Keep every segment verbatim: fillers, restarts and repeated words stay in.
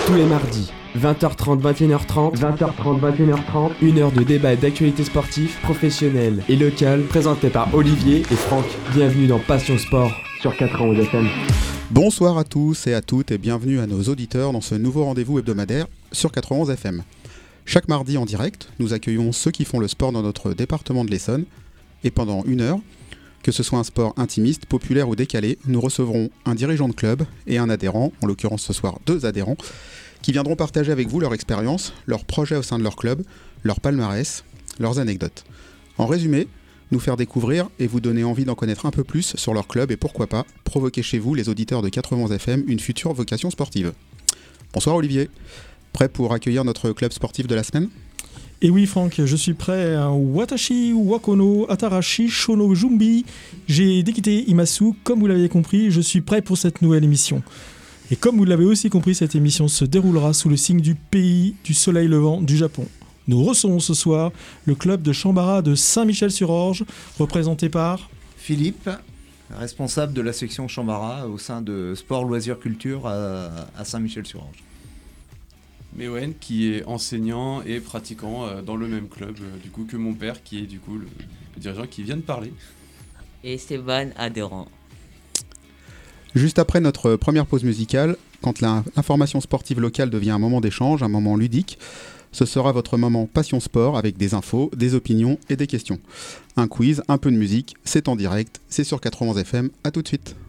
Tous les mardis, vingt heures trente, vingt et une heures trente, vingt heures trente, vingt et une heures trente, une heure de débat et d'actualité sportive, professionnelle et locale, présentée par Olivier et Franck. Bienvenue dans Passion Sport sur quatre-vingt-onze F M. Bonsoir à tous et à toutes et bienvenue à nos auditeurs dans ce nouveau rendez-vous hebdomadaire sur quatre-vingt-onze F M. Chaque mardi en direct, nous accueillons ceux qui font le sport dans notre département de l'Essonne et pendant une heure, que ce soit un sport intimiste, populaire ou décalé, nous recevrons un dirigeant de club et un adhérent, en l'occurrence ce soir deux adhérents, qui viendront partager avec vous leur expérience, leurs projets au sein de leur club, leur palmarès, leurs anecdotes. En résumé, nous faire découvrir et vous donner envie d'en connaître un peu plus sur leur club et pourquoi pas provoquer chez vous, les auditeurs de quatre-vingt-onze F M, une future vocation sportive. Bonsoir Olivier, prêt pour accueillir notre club sportif de la semaine ? Et oui Franck, je suis prêt. Watashi, Wakono, Atarashi, Shono, Jumbi. J'ai déquitté Imasu, comme vous l'avez compris, je suis prêt pour cette nouvelle émission. Et comme vous l'avez aussi compris, cette émission se déroulera sous le signe du pays du soleil levant du Japon. Nous recevons ce soir le club de Chambara de Saint-Michel-sur-Orge, représenté par Philippe, responsable de la section Chambara au sein de Sport Loisirs Culture à, à Saint-Michel-sur-Orge. Mewen qui est enseignant et pratiquant euh, dans le même club euh, du coup que mon père qui est du coup le, le dirigeant qui vient de parler. Et Esteban, adhérent. Juste après notre première pause musicale, quand la, l'information sportive locale devient un moment d'échange, un moment ludique, ce sera votre moment Passion Sport avec des infos, des opinions et des questions. Un quiz, un peu de musique, c'est en direct, c'est sur quatre-vingt-onze F M, à tout de suite.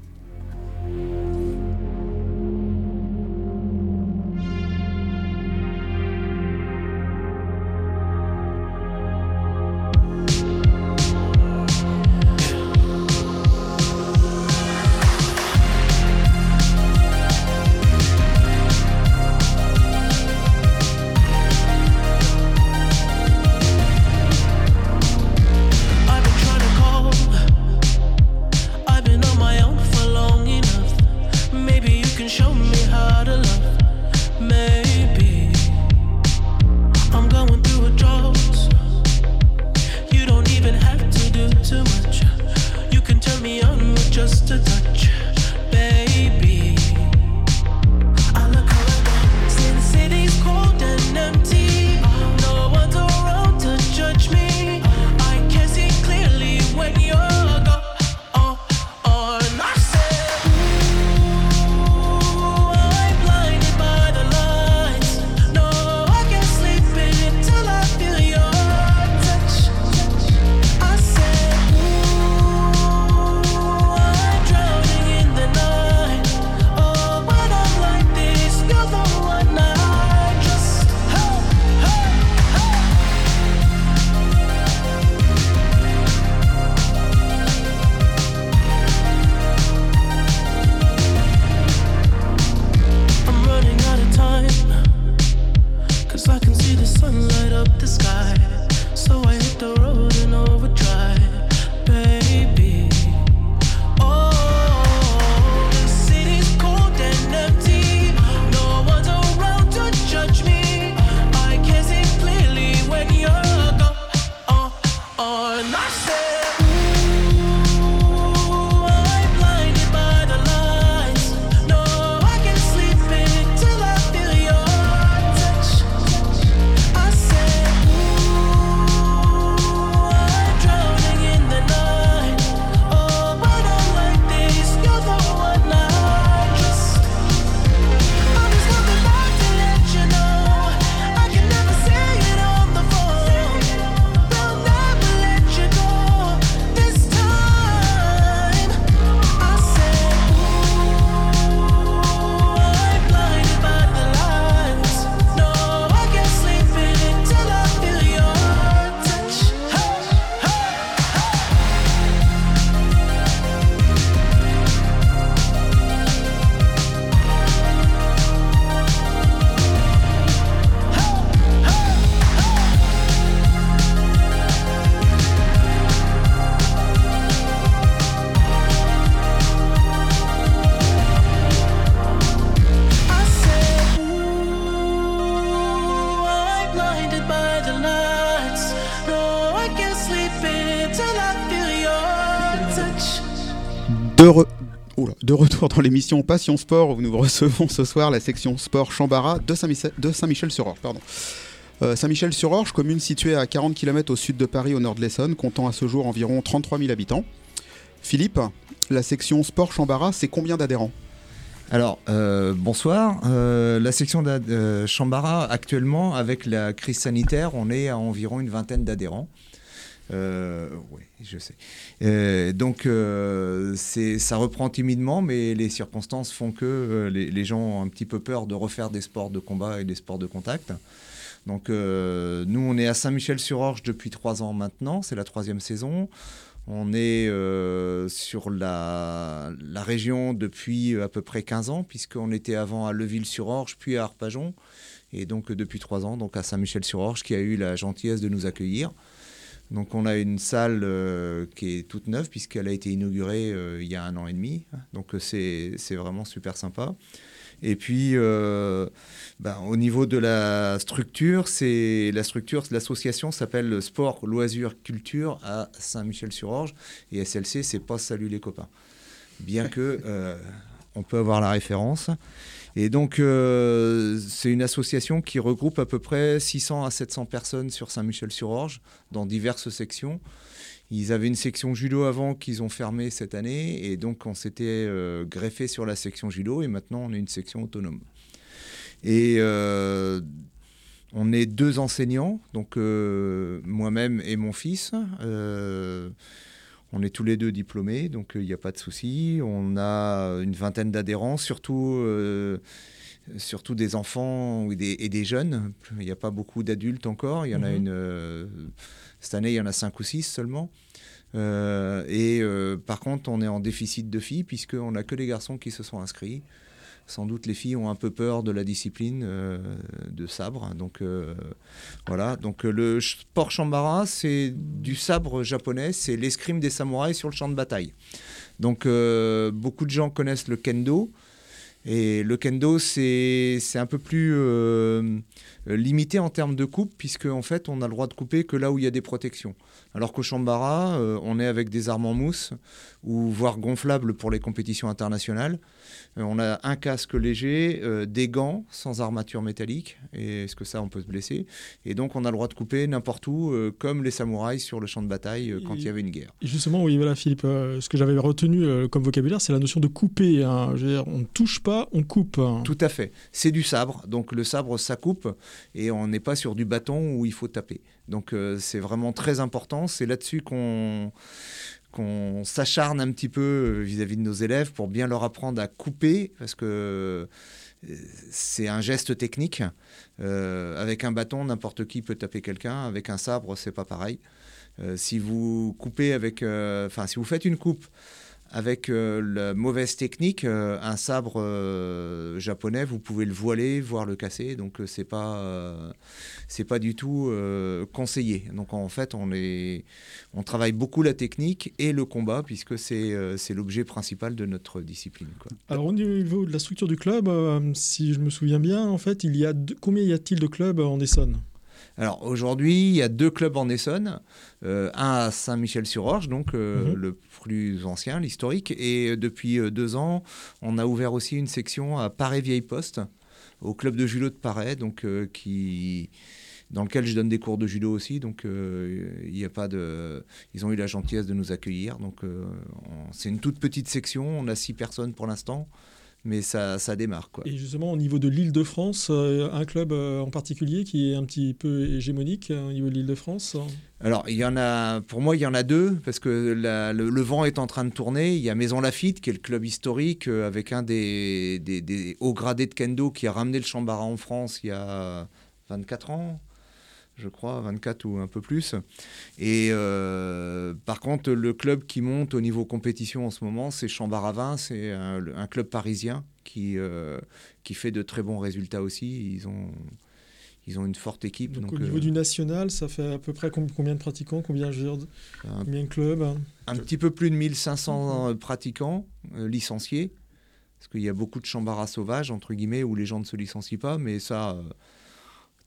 Oula, de retour dans l'émission Passion Sport, où nous recevons ce soir la section sport Chambara de Saint-Michel, de Saint-Michel-sur-Orge. Pardon. Euh, Saint-Michel-sur-Orge, commune située à quarante kilomètres au sud de Paris, au nord de l'Essonne, comptant à ce jour environ trente-trois mille habitants. Philippe, la section sport Chambara, c'est combien d'adhérents ? Alors, euh, bonsoir. Euh, la section de euh, Chambara, actuellement, avec la crise sanitaire, on est à environ une vingtaine d'adhérents. Euh, oui, je sais. Euh, donc, euh, c'est, ça reprend timidement, mais les circonstances font que euh, les, les gens ont un petit peu peur de refaire des sports de combat et des sports de contact. Donc, euh, nous, on est à Saint-Michel-sur-Orge depuis trois ans maintenant. C'est la troisième saison. On est euh, sur la, la région depuis à peu près quinze ans, puisqu'on était avant à Leuville-sur-Orge, puis à Arpajon. Et donc, depuis trois ans, donc à Saint-Michel-sur-Orge, qui a eu la gentillesse de nous accueillir. Donc on a une salle euh, qui est toute neuve puisqu'elle a été inaugurée euh, il y a un an et demi. Donc c'est, c'est vraiment super sympa. Et puis euh, ben, au niveau de la structure, c'est la structure, l'association s'appelle Sport, Loisirs, Culture à Saint-Michel-sur-Orge. Et S L C, c'est pas Salut les copains. Bien que euh, on peut avoir la référence. Et donc, euh, c'est une association qui regroupe à peu près six cents à sept cents personnes sur Saint-Michel-sur-Orge, dans diverses sections. Ils avaient une section judo avant qu'ils ont fermée cette année, et donc on s'était euh, greffé sur la section judo, et maintenant on est une section autonome. Et euh, on est deux enseignants, donc euh, moi-même et mon fils. Euh, On est tous les deux diplômés, donc il euh, n'y a pas de souci. On a une vingtaine d'adhérents, surtout, euh, surtout des enfants et des, et des jeunes. Il n'y a pas beaucoup d'adultes encore. Il y en a une, euh, cette année, il y en a cinq ou six seulement. Euh, et euh, par contre, on est en déficit de filles, puisqu'on n'a que les garçons qui se sont inscrits. Sans doute, les filles ont un peu peur de la discipline euh, de sabre. Donc, euh, voilà. Donc, euh, le sport Chambara, c'est du sabre japonais. C'est l'escrime des samouraïs sur le champ de bataille. Donc, euh, beaucoup de gens connaissent le kendo. Et le kendo, c'est, c'est un peu plus euh, limité en termes de coupe, puisque en fait, on a le droit de couper que là où il y a des protections. Alors qu'au Chambara, euh, on est avec des armes en mousse, ou voire gonflables pour les compétitions internationales. Euh, on a un casque léger, euh, des gants sans armature métallique, et est-ce que ça, on peut se blesser ? Et donc, on a le droit de couper n'importe où, euh, comme les samouraïs sur le champ de bataille euh, quand il y avait une guerre. Et justement, oui, voilà, Philippe, euh, ce que j'avais retenu euh, comme vocabulaire, c'est la notion de couper. Hein. Je veux dire, on ne touche pas, on coupe. Hein. Tout à fait. C'est du sabre, donc le sabre, ça coupe, et on n'est pas sur du bâton où il faut taper. Donc, euh, c'est vraiment très important. C'est là-dessus qu'on... qu'on s'acharne un petit peu vis-à-vis de nos élèves pour bien leur apprendre à couper, parce que c'est un geste technique. Euh, avec un bâton, n'importe qui peut taper quelqu'un. Avec un sabre, c'est pas pareil. Euh, si vous coupez avec, enfin, euh, si vous faites une coupe avec euh, la mauvaise technique, euh, un sabre euh, japonais, vous pouvez le voiler, voire le casser. Donc, euh, c'est pas, euh, c'est pas du tout euh, conseillé. Donc, en fait, on, est, on travaille beaucoup la technique et le combat, puisque c'est, euh, c'est l'objet principal de notre discipline, quoi. Alors, au niveau de la structure du club, euh, si je me souviens bien, en fait, il y a deux, combien y a-t-il de clubs en Essonne ? Alors aujourd'hui, il y a deux clubs en Essonne, euh, un à Saint-Michel-sur-Orge, donc euh, mmh. le plus ancien, l'historique, et depuis euh, deux ans, on a ouvert aussi une section à Paray-Vieille-Poste, au club de judo de Paray, donc euh, qui, dans lequel je donne des cours de judo aussi, donc euh, il y a pas de, ils ont eu la gentillesse de nous accueillir, donc euh, on, c'est une toute petite section, on a six personnes pour l'instant. Mais ça, ça démarre, quoi. Et justement, au niveau de l'Île-de-France, euh, un club euh, en particulier qui est un petit peu hégémonique euh, au niveau de l'Île-de-France ? Alors, il y en a, pour moi, il y en a deux, parce que la, le, le vent est en train de tourner. Il y a Maison Lafitte, qui est le club historique, euh, avec un des, des, des hauts gradés de kendo qui a ramené le Chambara en France il y a vingt-quatre ans. Je crois, vingt-quatre ou un peu plus. Et euh, par contre, le club qui monte au niveau compétition en ce moment, c'est Chambara-Vin, c'est un, un club parisien qui, euh, qui fait de très bons résultats aussi. Ils ont, ils ont une forte équipe. Donc, donc au niveau euh, du national, ça fait à peu près combien de pratiquants, combien, je veux dire, un, combien de clubs ? Un petit peu plus de mille cinq cents pratiquants euh, licenciés, parce qu'il y a beaucoup de Chambara sauvages, entre guillemets, où les gens ne se licencient pas, mais ça... Euh,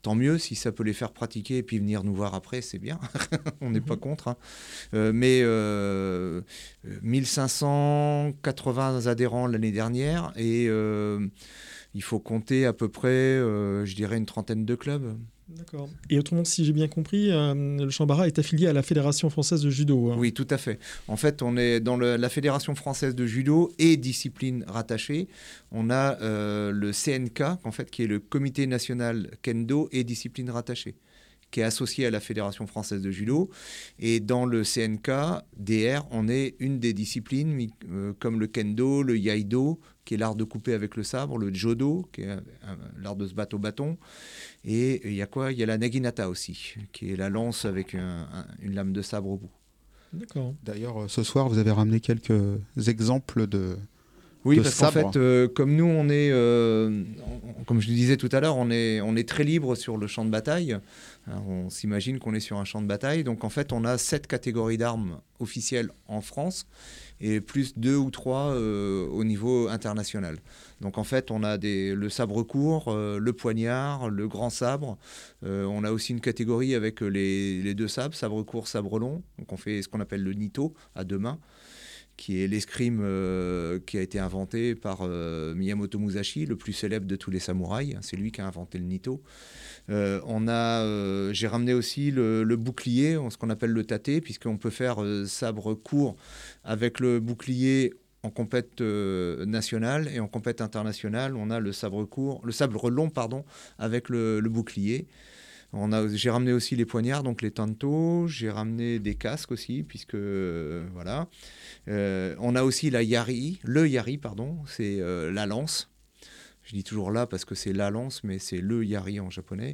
tant mieux si ça peut les faire pratiquer et puis venir nous voir après, c'est bien. On n'est mmh. pas contre. Hein. Euh, mais euh, mille cinq cent quatre-vingts adhérents l'année dernière et euh, il faut compter à peu près, euh, je dirais, une trentaine de clubs. D'accord. Et autrement, si j'ai bien compris, euh, le Chambara est affilié à la Fédération française de judo. Hein. Oui, tout à fait. En fait, on est dans le, la Fédération française de judo et discipline rattachée. On a euh, le C N K, en fait, qui est le Comité national kendo et discipline rattachée, qui est associé à la Fédération française de judo. Et dans le C N K, D R, on est une des disciplines euh, comme le kendo, le iaido, qui est l'art de couper avec le sabre, le jodo, qui est euh, l'art de se battre au bâton. Et il y a quoi ? Il y a la naginata aussi, qui est la lance avec un, un, une lame de sabre au bout. D'accord. D'ailleurs, ce soir, vous avez ramené quelques exemples de Oui, de parce sabre. qu'en fait, euh, comme nous, on est, euh, on, comme je le disais tout à l'heure, on est, on est très libre sur le champ de bataille. Alors, on s'imagine qu'on est sur un champ de bataille. Donc, en fait, on a sept catégories d'armes officielles en France et plus deux ou trois euh, au niveau international. Donc, en fait, on a des, le sabre court, euh, le poignard, le grand sabre. Euh, on a aussi une catégorie avec les, les deux sabres, sabre court, sabre long. Donc, on fait ce qu'on appelle le Nito à deux mains, qui est l'escrime euh, qui a été inventé par euh, Miyamoto Musashi, le plus célèbre de tous les samouraïs. C'est lui qui a inventé le Nito. Euh, on a, euh, j'ai ramené aussi le, le bouclier, ce qu'on appelle le tate, puisqu'on peut faire euh, sabre court avec le bouclier en compète euh, nationale et en compète internationale. On a le sabre court, le sabre long, pardon, avec le, le bouclier. On a, j'ai ramené aussi les poignards, donc les tantos. J'ai ramené des casques aussi, puisque euh, voilà. Euh, on a aussi la yari, le yari, pardon, c'est euh, la lance. Je dis toujours là parce que c'est la lance, mais c'est le yari en japonais.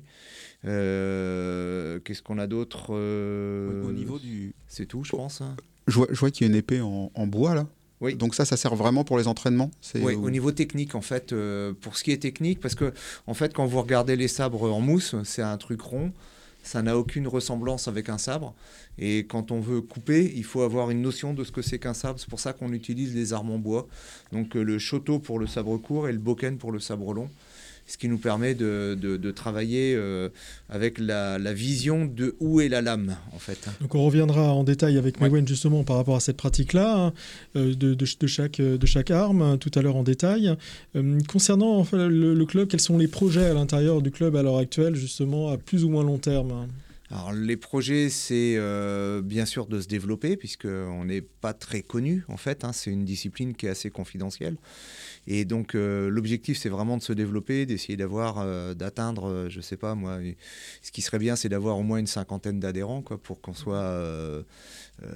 Euh, qu'est-ce qu'on a d'autre euh, Au niveau du... C'est tout, je pense. Hein. Je vois, je vois qu'il y a une épée en, en bois, là. Oui. Donc ça, ça sert vraiment pour les entraînements. C'est Oui, où... au niveau technique, en fait, euh, pour ce qui est technique, parce que, en fait, quand vous regardez les sabres en mousse, c'est un truc rond. Ça n'a aucune ressemblance avec un sabre. Et quand on veut couper, il faut avoir une notion de ce que c'est qu'un sabre. C'est pour ça qu'on utilise les armes en bois. Donc euh, le shoto pour le sabre court et le bokken pour le sabre long. Ce qui nous permet de, de, de travailler euh, avec la, la vision de où est la lame, en fait. Donc on reviendra en détail avec ouais. Maïwenn justement par rapport à cette pratique-là, hein, de, de, de, chaque, de chaque arme, tout à l'heure en détail. Euh, concernant enfin, le, le club, quels sont les projets à l'intérieur du club à l'heure actuelle, justement, à plus ou moins long terme ? Alors les projets, c'est euh, bien sûr de se développer, puisqu'on n'est pas très connu, en fait. Hein, c'est une discipline qui est assez confidentielle. Et donc, euh, l'objectif, c'est vraiment de se développer, d'essayer d'avoir, euh, d'atteindre, euh, je sais pas, moi, ce qui serait bien, c'est d'avoir au moins une cinquantaine d'adhérents, quoi, pour qu'on soit euh, euh,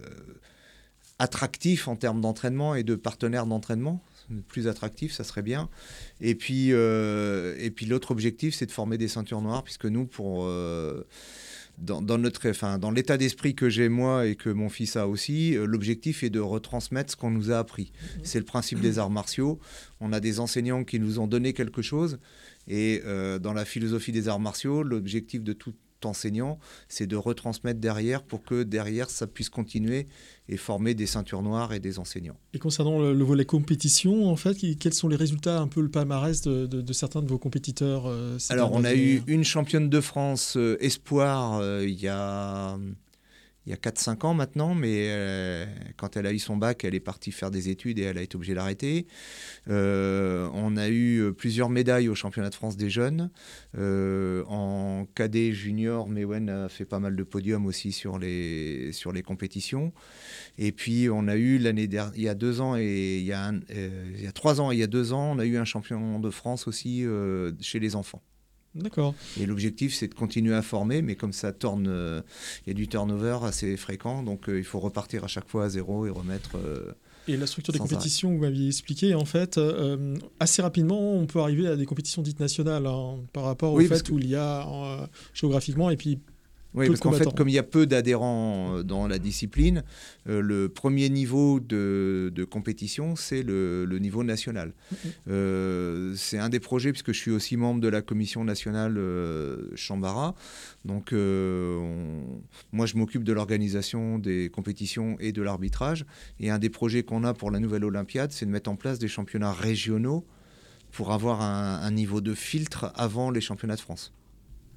attractif en termes d'entraînement et de partenaires d'entraînement. Plus attractif, ça serait bien. Et puis, euh, et puis l'autre objectif, c'est de former des ceintures noires, puisque nous, pour... Euh, Dans, dans, notre, enfin, dans l'état d'esprit que j'ai moi et que mon fils a aussi, euh, l'objectif est de retransmettre ce qu'on nous a appris. Mmh. C'est le principe des arts martiaux. On a des enseignants qui nous ont donné quelque chose. Et euh, dans la philosophie des arts martiaux, l'objectif de tout enseignant, c'est de retransmettre derrière pour que derrière, ça puisse continuer et former des ceintures noires et des enseignants. Et concernant le, le volet compétition, en fait, quels sont les résultats, un peu le palmarès de, de, de certains de vos compétiteurs euh, Alors, on a eu une championne de France euh, espoir euh, il y a... il y a quatre cinq ans maintenant, mais euh, quand elle a eu son bac, elle est partie faire des études et elle a été obligée d'arrêter. Euh, on a eu plusieurs médailles au championnat de France des jeunes. Euh, en cadet junior, Maïwenn a fait pas mal de podiums aussi sur les, sur les compétitions. Et puis on a eu l'année dernière, il y a deux ans et il y a, un, euh, il y a trois ans et il y a deux ans, on a eu un champion de France aussi euh, chez les enfants. D'accord. Et l'objectif, c'est de continuer à former, mais comme ça tourne, euh, il y a du turnover assez fréquent, donc euh, il faut repartir à chaque fois à zéro et remettre... Euh, et la structure des compétitions, arrêt. Vous m'aviez expliqué, en fait, euh, assez rapidement, on peut arriver à des compétitions dites nationales, hein, par rapport oui, au fait que... où il y a euh, géographiquement, et puis... Oui, parce qu'en fait, comme il y a peu d'adhérents dans la discipline, euh, le premier niveau de, de compétition, c'est le, le niveau national. Mmh. Euh, c'est un des projets, puisque je suis aussi membre de la commission nationale euh, Chambara. Donc, euh, on, moi, je m'occupe de l'organisation des compétitions et de l'arbitrage. Et un des projets qu'on a pour la nouvelle Olympiade, c'est de mettre en place des championnats régionaux pour avoir un, un niveau de filtre avant les championnats de France.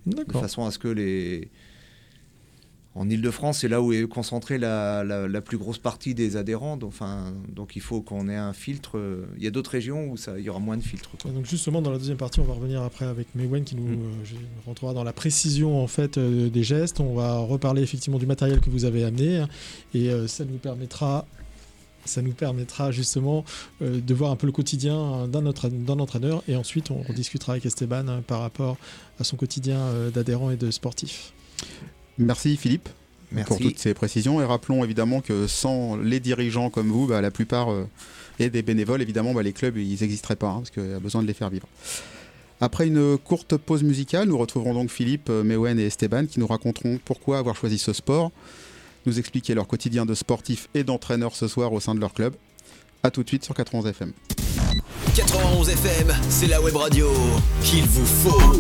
D'accord. De façon à ce que les... En Ile-de-France, c'est là où est concentrée la, la, la plus grosse partie des adhérents. Donc, enfin, donc il faut qu'on ait un filtre. Il y a d'autres régions où ça, il y aura moins de filtres, quoi. Donc justement, dans la deuxième partie, on va revenir après avec Mewen qui nous Mm. euh, je- rentrera dans la précision en fait euh, des gestes. On va reparler effectivement du matériel que vous avez amené hein, et euh, ça nous permettra, ça nous permettra justement euh, de voir un peu le quotidien hein, d'un, autre- d'un entraîneur et ensuite on, on discutera avec Esteban hein, par rapport à son quotidien euh, d'adhérent et de sportif. Merci Philippe Merci. pour toutes ces précisions. Et rappelons évidemment que sans les dirigeants comme vous, bah, la plupart euh, et des bénévoles, évidemment, bah, les clubs, ils n'existeraient pas, hein, parce qu'il y a besoin de les faire vivre. Après une courte pause musicale, nous retrouverons donc Philippe, euh, Mewen et Esteban qui nous raconteront pourquoi avoir choisi ce sport, nous expliquer leur quotidien de sportif et d'entraîneur ce soir au sein de leur club. A tout de suite sur quatre-vingt-onze F M. quatre-vingt-onze F M, c'est la web radio qu'il vous faut.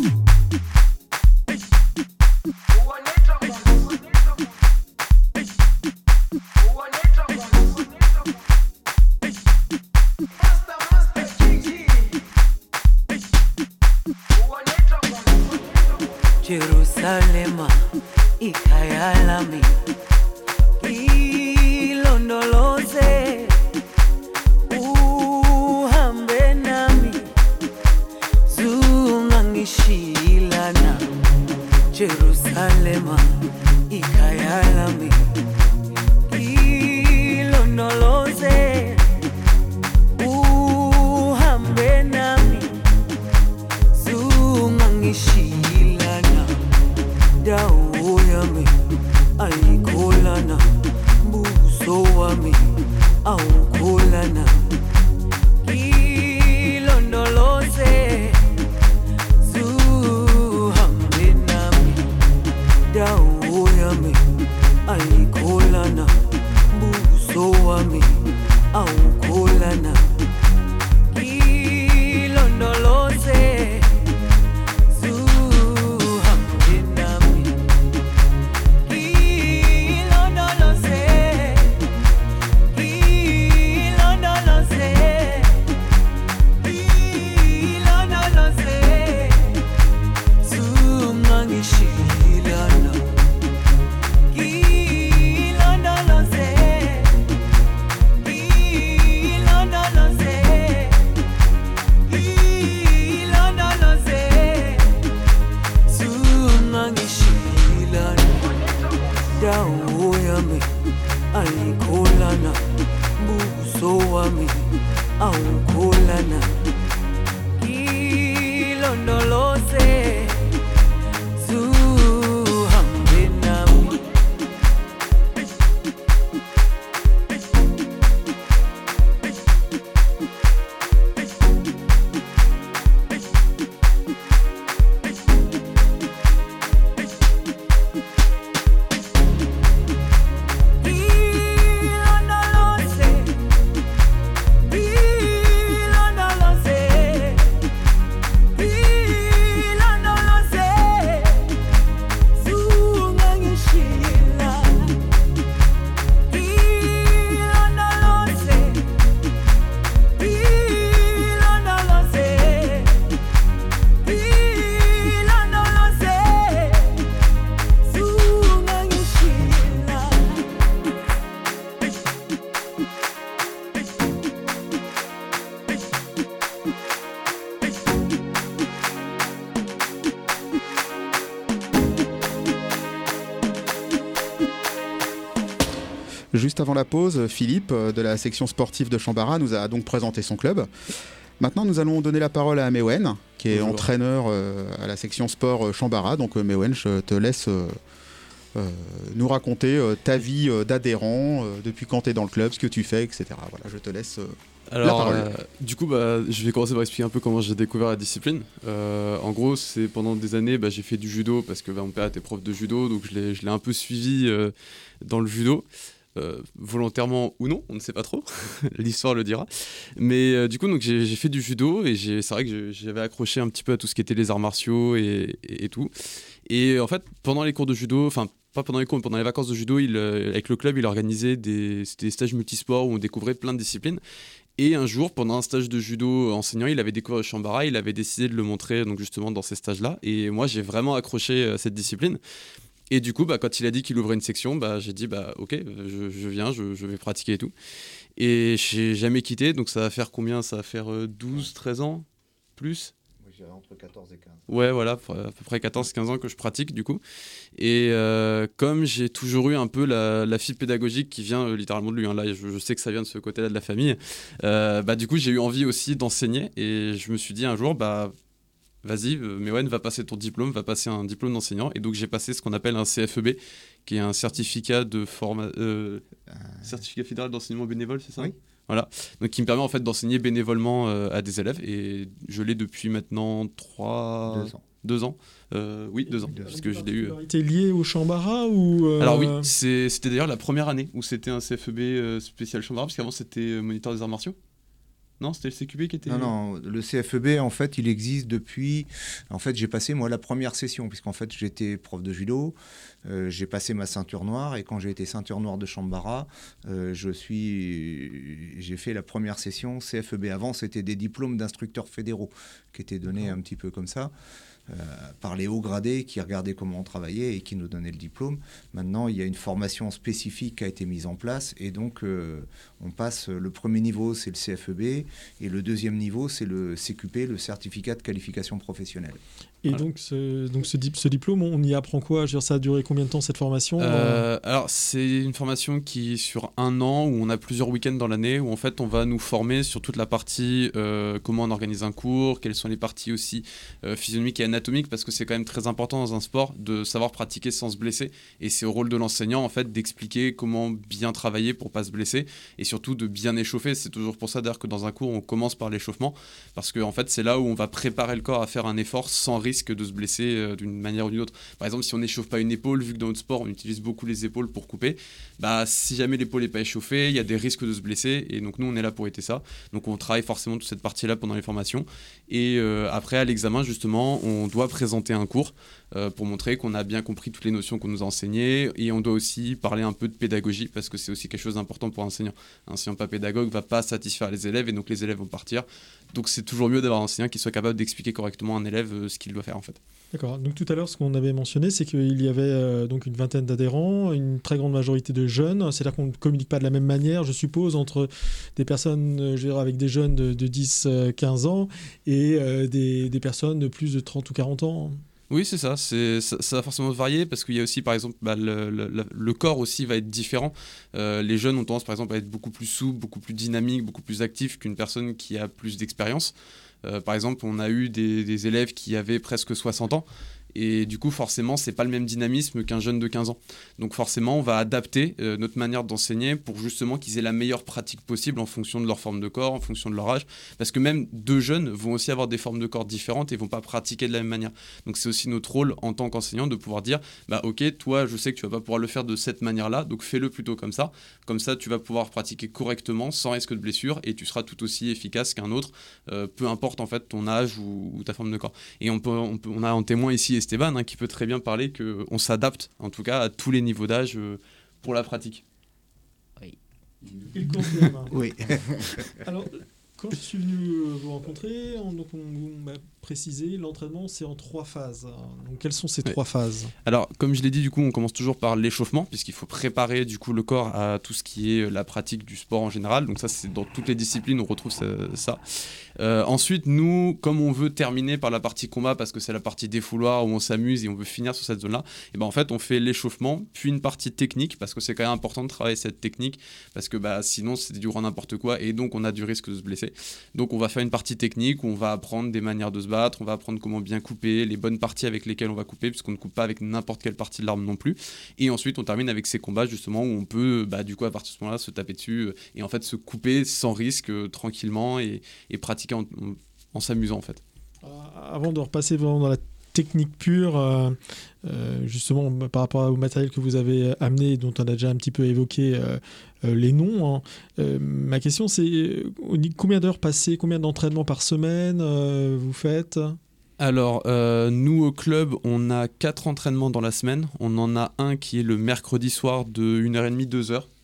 Jerusalema ikhaya lami ilondoloze uhambe nami zungangishilana Jerusalema ikhaya lami ilondoloze uhambe nami zungangishilana dawo yami ayikholana buso wami awukholana ilondoloze zuhambe nami dawo yami ayikholana buso wami awukholana ilondoloze dawo yami ayikholana buso wami awukholana ilondoloze zuhambe nami. Juste avant la pause, Philippe, euh, de la section sportive de Chambara, nous a donc présenté son club. Maintenant, nous allons donner la parole à Mewen, qui est Bonjour. entraîneur euh, à la section sport euh, Chambara. Donc, euh, Mewen, je te laisse euh, euh, nous raconter euh, ta vie euh, d'adhérent, euh, depuis quand tu es dans le club, ce que tu fais, et cetera. Voilà, je te laisse. Euh, Alors, parole. euh, du coup, bah, je vais commencer par expliquer un peu comment j'ai découvert la discipline. Euh, en gros, c'est pendant des années, bah, j'ai fait du judo parce que bah, mon père était prof de judo, donc je l'ai, je l'ai un peu suivi euh, dans le judo. Euh, volontairement ou non, on ne sait pas trop, l'histoire le dira. Mais euh, du coup, donc, j'ai, j'ai fait du judo et j'ai, c'est vrai que je- j'avais accroché un petit peu à tout ce qui était les arts martiaux et, et, et tout. Et en fait, pendant les cours de judo, enfin, pas pendant les cours, mais pendant les vacances de judo, il, euh, avec le club, il organisait des, c'était des stages multisports où on découvrait plein de disciplines. Et un jour, pendant un stage de judo enseignant, il avait découvert le Shambara, il avait décidé de le montrer donc justement dans ces stages-là. Et moi, j'ai vraiment accroché à cette discipline. Et du coup, bah, quand il a dit qu'il ouvrait une section, bah, j'ai dit bah, ok, je, je viens, je, je vais pratiquer et tout. Et j'ai jamais quitté, donc ça va faire combien ? Ça va faire euh, douze, treize ans ? Plus ? J'ai entre quatorze et quinze. Ouais, voilà, à peu près quatorze quinze ans que je pratique du coup. Et euh, comme j'ai toujours eu un peu la, la fibre pédagogique qui vient euh, littéralement de lui, hein, là je, je sais que ça vient de ce côté-là de la famille, euh, bah, du coup j'ai eu envie aussi d'enseigner et je me suis dit un jour, bah, vas-y, euh, Mewen, va passer ton diplôme, va passer un diplôme d'enseignant. Et donc j'ai passé ce qu'on appelle un C F E B, qui est un certificat, de forma... euh, euh... certificat fédéral d'enseignement bénévole, c'est ça ? Oui. Voilà, donc qui me permet en fait d'enseigner bénévolement euh, à des élèves et je l'ai depuis maintenant trois... Deux ans. Deux ans, euh, oui, deux ans, Deux parce que je l'ai eu. Euh... Était lié au Shambara ou euh... Alors oui, c'est, c'était d'ailleurs la première année où c'était un C F E B euh, spécial Shambara, parce qu'avant c'était moniteur des arts martiaux. Non, c'était le C Q B qui était... Non, non, le C F E B, en fait, il existe depuis... En fait, j'ai passé, moi, la première session, puisqu'en fait, j'étais prof de judo, euh, j'ai passé ma ceinture noire, et quand j'ai été ceinture noire de Shambara, euh, je suis... j'ai fait la première session C F E B. Avant, c'était des diplômes d'instructeurs fédéraux, qui étaient donnés un petit peu comme ça. Euh, par les hauts gradés qui regardaient comment on travaillait et qui nous donnaient le diplôme. Maintenant, il y a une formation spécifique qui a été mise en place et donc euh, on passe, le premier niveau, c'est le C F E B et le deuxième niveau, c'est le C Q P, le certificat de qualification professionnelle. Et voilà. donc, ce, donc ce, ce diplôme, on y apprend quoi ? Je veux dire, ça a duré combien de temps cette formation ? euh, Alors, c'est une formation qui est sur un an, où on a plusieurs week-ends dans l'année, où en fait, on va nous former sur toute la partie euh, comment on organise un cours, quelles sont les parties aussi euh, physionomiques et anatomiques, parce que c'est quand même très important dans un sport de savoir pratiquer sans se blesser. Et c'est au rôle de l'enseignant, en fait, d'expliquer comment bien travailler pour pas se blesser, et surtout de bien échauffer. C'est toujours pour ça, d'ailleurs, que dans un cours, on commence par l'échauffement, parce que en fait, c'est là où on va préparer le corps à faire un effort sans risque de se blesser euh, d'une manière ou d'une autre. Par exemple, si on n'échauffe pas une épaule, vu que dans notre sport on utilise beaucoup les épaules pour couper, bah si jamais l'épaule n'est pas échauffée, il y a des risques de se blesser et donc nous on est là pour éviter ça. Donc on travaille forcément toute cette partie-là pendant les formations et euh, après à l'examen justement on doit présenter un cours euh, pour montrer qu'on a bien compris toutes les notions qu'on nous a enseignées et on doit aussi parler un peu de pédagogie parce que c'est aussi quelque chose d'important pour un enseignant. Un enseignant pas pédagogue va pas satisfaire les élèves et donc les élèves vont partir. Donc c'est toujours mieux d'avoir un enseignant qui soit capable d'expliquer correctement à un élève euh, ce qu'il doit faire en fait. D'accord. Donc tout à l'heure, ce qu'on avait mentionné, c'est qu'il y avait euh, donc une vingtaine d'adhérents, une très grande majorité de jeunes. C'est-à-dire qu'on ne communique pas de la même manière, je suppose, entre des personnes, euh, je veux dire, avec des jeunes de, de dix à quinze ans et euh, des, des personnes de plus de trente ou quarante ans. Oui, c'est ça. C'est, ça. Ça va forcément varier parce qu'il y a aussi, par exemple, bah, le, le, le corps aussi va être différent. Euh, les jeunes ont tendance, par exemple, à être beaucoup plus souples, beaucoup plus dynamiques, beaucoup plus actifs qu'une personne qui a plus d'expérience. Euh, par exemple, on a eu des, des élèves qui avaient presque soixante ans. Et du coup, forcément, c'est pas le même dynamisme qu'un jeune de quinze ans. Donc forcément, on va adapter euh, notre manière d'enseigner pour justement qu'ils aient la meilleure pratique possible en fonction de leur forme de corps, en fonction de leur âge. Parce que même deux jeunes vont aussi avoir des formes de corps différentes et vont pas pratiquer de la même manière. Donc c'est aussi notre rôle en tant qu'enseignant de pouvoir dire bah ok, toi, je sais que tu vas pas pouvoir le faire de cette manière-là, donc fais-le plutôt comme ça. Comme ça, tu vas pouvoir pratiquer correctement, sans risque de blessure, et tu seras tout aussi efficace qu'un autre, euh, peu importe en fait ton âge ou, ou ta forme de corps. Et on peut, on peut, on a en témoin ici Esteban, hein, qui peut très bien parler qu'on s'adapte, en tout cas, à tous les niveaux d'âge euh, pour la pratique. Oui. Il confirme. Oui. Alors, quand je suis venu vous rencontrer, on, donc on, on m'a précisé, l'entraînement, c'est en trois phases. Donc, quelles sont ces ouais. trois phases ? Alors, comme je l'ai dit, du coup, on commence toujours par l'échauffement, puisqu'il faut préparer du coup le corps à tout ce qui est la pratique du sport en général. Donc ça, c'est dans toutes les disciplines, on retrouve ça. ça. Euh, ensuite, nous, comme on veut terminer par la partie combat, parce que c'est la partie défouloir où on s'amuse et on veut finir sur cette zone-là, et ben en fait, on fait l'échauffement, puis une partie technique, parce que c'est quand même important de travailler cette technique, parce que bah, sinon, c'est du grand n'importe quoi, et donc on a du risque de se blesser. Donc on va faire une partie technique où on va apprendre des manières de se battre, on va apprendre comment bien couper, les bonnes parties avec lesquelles on va couper, puisqu'on ne coupe pas avec n'importe quelle partie de l'arme non plus. Et ensuite, on termine avec ces combats justement où on peut, bah, du coup, à partir de ce moment-là, se taper dessus et en fait se couper sans risque, euh, tranquillement et, et pratiquer en, en, en s'amusant en fait. Avant de repasser vraiment dans la technique pure, euh, euh, justement par rapport au matériel que vous avez amené, dont on a déjà un petit peu évoqué euh, euh, les noms, hein, euh, ma question c'est euh, combien d'heures passées, combien d'entraînements par semaine euh, vous faites ? Alors, euh, nous au club, on a quatre entraînements dans la semaine. On en a un qui est le mercredi soir de une heure trente, deux heures.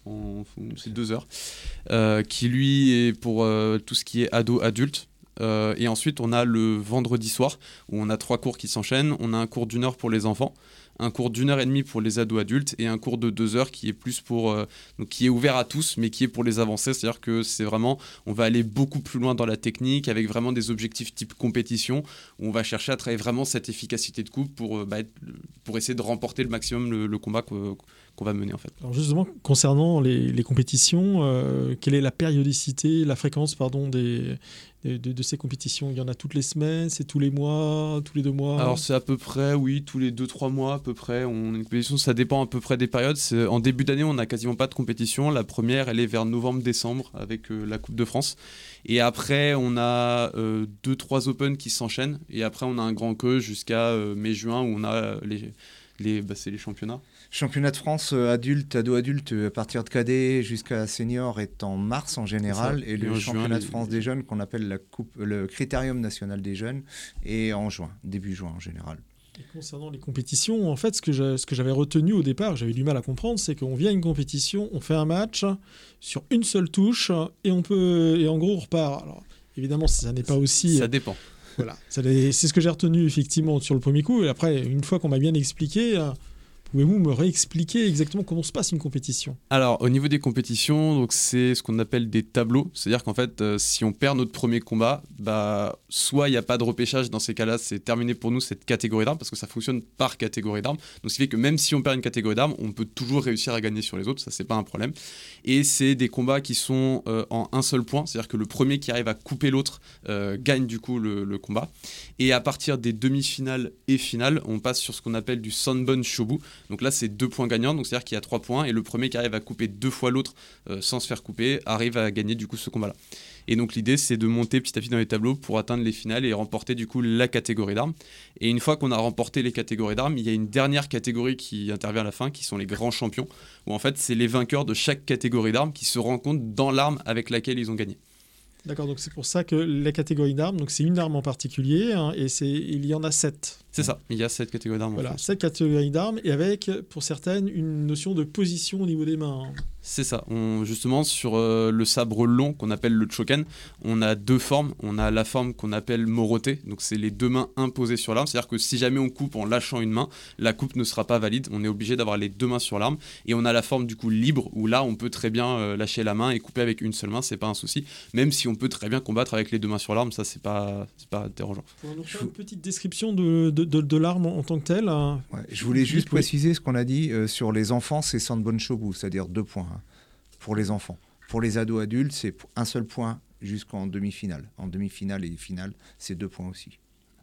en, c'est deux heures, euh, qui lui est pour euh, tout ce qui est ado-adulte. Euh, et ensuite, on a le vendredi soir où on a trois cours qui s'enchaînent. On a un cours d'une heure pour les enfants, un cours d'une heure et demie pour les ados adultes et un cours de deux heures qui est plus pour euh, donc qui est ouvert à tous mais qui est pour les avancés, c'est-à-dire que c'est vraiment on va aller beaucoup plus loin dans la technique avec vraiment des objectifs type compétition où on va chercher à travailler vraiment cette efficacité de coupe pour euh, bah, être, pour essayer de remporter le maximum le, le combat qu'on, qu'on va mener en fait. Alors justement concernant les, les compétitions, euh, quelle est la périodicité, la fréquence pardon des De, de, de ces compétitions? Il y en a toutes les semaines, c'est tous les mois, tous les deux mois? Alors c'est à peu près, oui, tous les deux trois mois à peu près. On a une compétition, ça dépend à peu près des périodes. C'est, en début d'année, on n'a quasiment pas de compétition. La première, elle est vers novembre-décembre avec euh, la Coupe de France. Et après, on a euh, deux trois Open qui s'enchaînent. Et après, on a un grand queue jusqu'à euh, mai-juin où on a les, les, bah, c'est les championnats. Championnat de France euh, adulte, ado-adulte, à partir de cadet jusqu'à senior est en mars en général. Et, et le championnat juin, de France les... des jeunes, qu'on appelle la coupe, le Critérium national des jeunes, est en juin, début juin en général. Et concernant les compétitions, en fait, ce que, je, ce que j'avais retenu au départ, j'avais du mal à comprendre, c'est qu'on vient à une compétition, on fait un match sur une seule touche et, on peut, et en gros, on repart. Alors, évidemment, ça n'est pas aussi... Ça dépend. Voilà, c'est ce que j'ai retenu effectivement sur le premier coup. Et après, une fois qu'on m'a bien expliqué... Pouvez-vous me réexpliquer exactement comment se passe une compétition? Alors, au niveau des compétitions, donc, c'est ce qu'on appelle des tableaux. C'est-à-dire qu'en fait, euh, si on perd notre premier combat, bah, soit il n'y a pas de repêchage. Dans ces cas-là, c'est terminé pour nous cette catégorie d'armes parce que ça fonctionne par catégorie d'armes. Donc, ce qui fait que même si on perd une catégorie d'armes, on peut toujours réussir à gagner sur les autres. Ça, c'est pas un problème. Et c'est des combats qui sont euh, en un seul point. C'est-à-dire que le premier qui arrive à couper l'autre euh, gagne du coup le, le combat. Et à partir des demi-finales et finales, on passe sur ce qu'on appelle du Sanbon Shobu. Donc là, c'est deux points gagnants, donc c'est-à-dire qu'il y a trois points, et le premier qui arrive à couper deux fois l'autre euh, sans se faire couper arrive à gagner du coup ce combat-là. Et donc l'idée, c'est de monter petit à petit dans les tableaux pour atteindre les finales et remporter du coup la catégorie d'armes. Et une fois qu'on a remporté les catégories d'armes, il y a une dernière catégorie qui intervient à la fin, qui sont les grands champions, où en fait, c'est les vainqueurs de chaque catégorie d'armes qui se rencontrent dans l'arme avec laquelle ils ont gagné. D'accord, donc c'est pour ça que la catégorie d'armes, donc c'est une arme en particulier, hein, et c'est, il y en a sept. C'est ça, il y a sept catégories d'armes. Voilà, sept catégories d'armes, et avec, pour certaines, une notion de position au niveau des mains. C'est ça, on, justement sur euh, le sabre long qu'on appelle le choken, on a deux formes. On a la forme qu'on appelle moroté, donc c'est les deux mains imposées sur l'arme, c'est-à-dire que si jamais on coupe en lâchant une main, la coupe ne sera pas valide, on est obligé d'avoir les deux mains sur l'arme. Et on a la forme du coup libre, où là on peut très bien euh, lâcher la main et couper avec une seule main, c'est pas un souci, même si on peut très bien combattre avec les deux mains sur l'arme, ça c'est pas, c'est pas dérangeant. On va nous faire une petite description de, de, de, de l'arme en, en tant que telle. Hein. Ouais, je voulais juste oui. préciser ce qu'on a dit euh, sur les enfants, c'est Sanbon Shobu, c'est-à-dire deux points hein, pour les enfants. Pour les ados adultes, c'est un seul point jusqu'en demi-finale. En demi-finale et finale, c'est deux points aussi.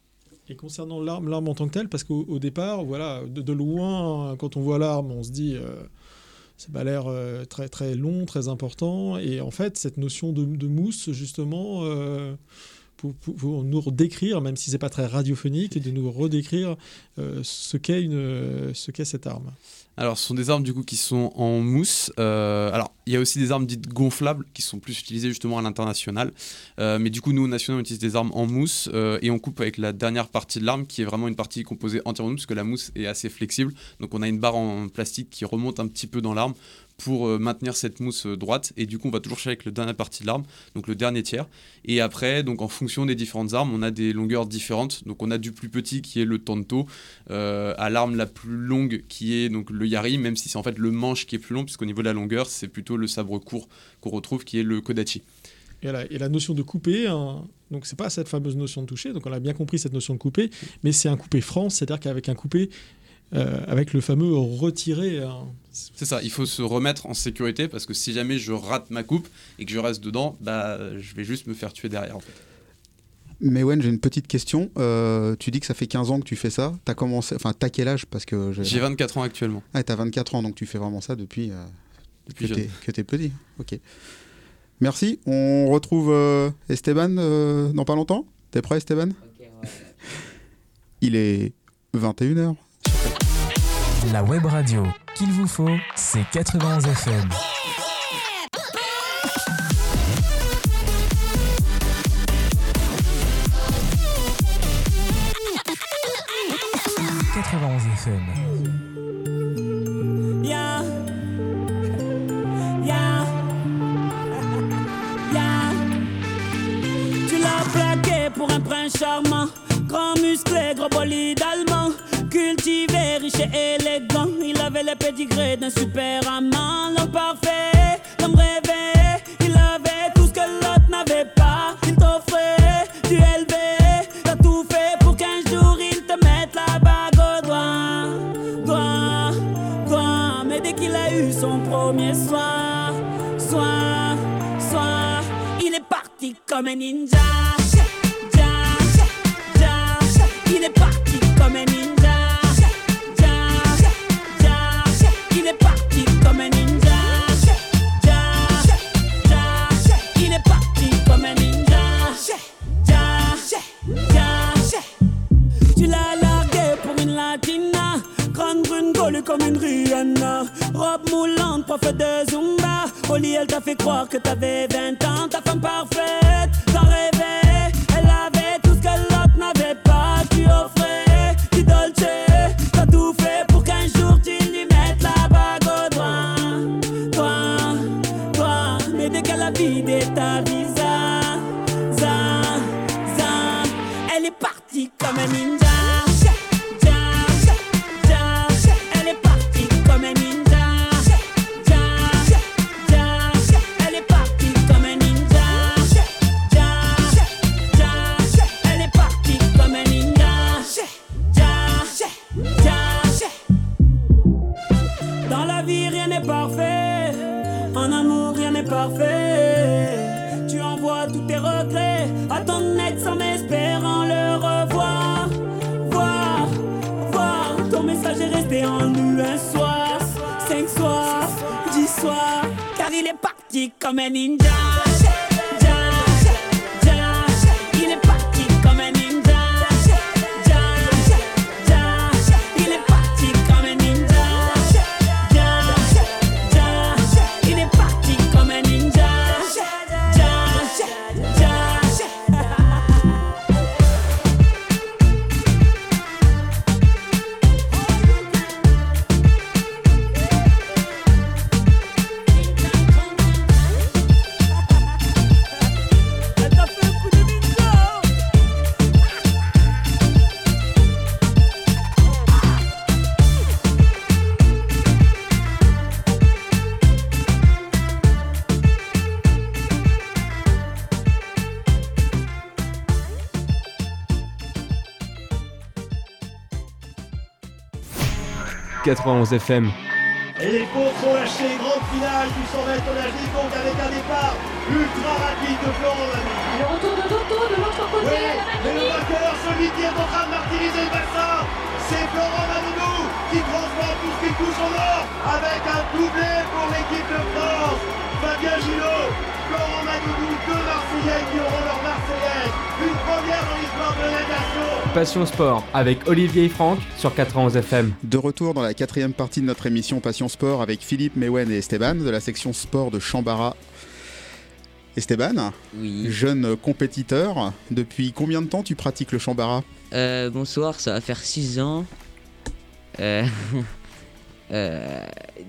Et concernant l'arme, l'arme en tant que telle, parce qu'au au départ, voilà, de, de loin, quand on voit l'arme, on se dit... Euh, ça m'a l'air euh, très, très long, très important. Et en fait, cette notion de, de mousse, justement, euh, pour, pour, pour nous redécrire, même si ce n'est pas très radiophonique, de nous redécrire euh, ce qu'est une, ce qu'est cette arme. Alors, ce sont des armes du coup qui sont en mousse. Euh, alors, il y a aussi des armes dites gonflables qui sont plus utilisées justement à l'international. Euh, mais du coup, nous, au national, on utilise des armes en mousse euh, et on coupe avec la dernière partie de l'arme qui est vraiment une partie composée entièrement de mousse parce que la mousse est assez flexible. Donc, on a une barre en plastique qui remonte un petit peu dans l'arme pour euh, maintenir cette mousse euh, droite. Et du coup, on va toujours chercher avec la dernière partie de l'arme, donc le dernier tiers. Et après, donc en fonction des différentes armes, on a des longueurs différentes. Donc, on a du plus petit qui est le tanto, euh, à l'arme la plus longue qui est donc le yari, même si c'est en fait le manche qui est plus long, puisqu'au niveau de la longueur, c'est plutôt le sabre court qu'on retrouve, qui est le kodachi. Et la, et la notion de couper, hein, donc c'est pas cette fameuse notion de toucher, donc on a bien compris cette notion de couper, mais c'est un couper franc, c'est-à-dire qu'avec un couper, euh, avec le fameux retiré... Hein, c'est ça, il faut se remettre en sécurité, parce que si jamais je rate ma coupe et que je reste dedans, bah, je vais juste me faire tuer derrière en fait. Mais Wen, j'ai une petite question. Euh, tu dis que ça fait quinze ans que tu fais ça. T'as commencé, enfin, t'as quel âge? Parce que j'ai... j'ai vingt-quatre ans actuellement. Ah, t'as vingt-quatre ans, donc tu fais vraiment ça depuis, euh, depuis que, t'es, que t'es petit. Ok. Merci. On retrouve euh, Esteban euh, dans pas longtemps. T'es prêt, Esteban? Ok, ouais. Il est vingt et une heures. La web radio qu'il vous faut, c'est quatre-vingt-onze F M. quatre-vingt-onze F M. Yeah. charmant, grand musclé, gros bolide allemand, cultivé, riche et élégant. Il avait le pédigré d'un super amant, l'homme parfait, l'homme rêvé. Il avait tout ce que l'autre n'avait pas. Il t'offrait du élevé, t'as tout fait pour qu'un jour il te mette la bague au doigt, doigt, doigt. Mais dès qu'il a eu son premier soir, soir, soir, il est parti comme un ninja. Il est parti comme un ninja. Il est parti comme un ninja. Il est parti comme un ninja. Tu l'as largué pour une latina, grande brune gaulue comme une Rihanna, robe moulante, prof de Zumba. Au lit elle t'a fait croire que t'avais vingt ans. Ta femme parfaite, t'en rêvais. Elle avait tout ce que l'autre n'avait pas. Tu offrais du dolce, t'as tout fait pour qu'un jour tu lui mettes la bague au doigt, doigt, doigt. Mais dès qu'elle a vidé ta visa, za, za, elle est partie comme un ninja. Elle est partie comme un ninja. Elle est partie comme un ninja. Elle est partie comme un ninja. Dans la vie rien n'est parfait, en amour rien n'est parfait. Tu envoies tous tes regrets à ton ex en espérant le revoir. Voir, voir, ton message est resté en nous un soir, cinq soirs, dix soirs, car il est parti comme un ninja. Il est parti comme un ninja. Il est parti comme un ninja. Il est parti comme un ninja. quatre-vingt-onze F M. Et les côtes sont lâchées, grande finale du cent vingt tonnages donc avec un départ ultra rapide de Florent Manou. Le retour de Toto de l'autre côté. Oui, mais le vainqueur, celui qui est en train de martyriser le bassin, c'est Florent Manou qui transforme tout ce qui touche en or avec un doublé pour l'équipe de France. Fabien Gillot, Florent Manou, deux Marseillais qui auront leur Marseillaise. Une première dans l'histoire de la nation. Passion Sport avec Olivier et Franck sur quatre-vingt-onze F M. De retour dans la quatrième partie de notre émission Passion Sport avec Philippe, Mewen et Esteban de la section sport de Chambara. Esteban, Oui. jeune compétiteur, depuis combien de temps tu pratiques le Chambara ? Euh, bonsoir, ça va faire six ans. Euh... euh...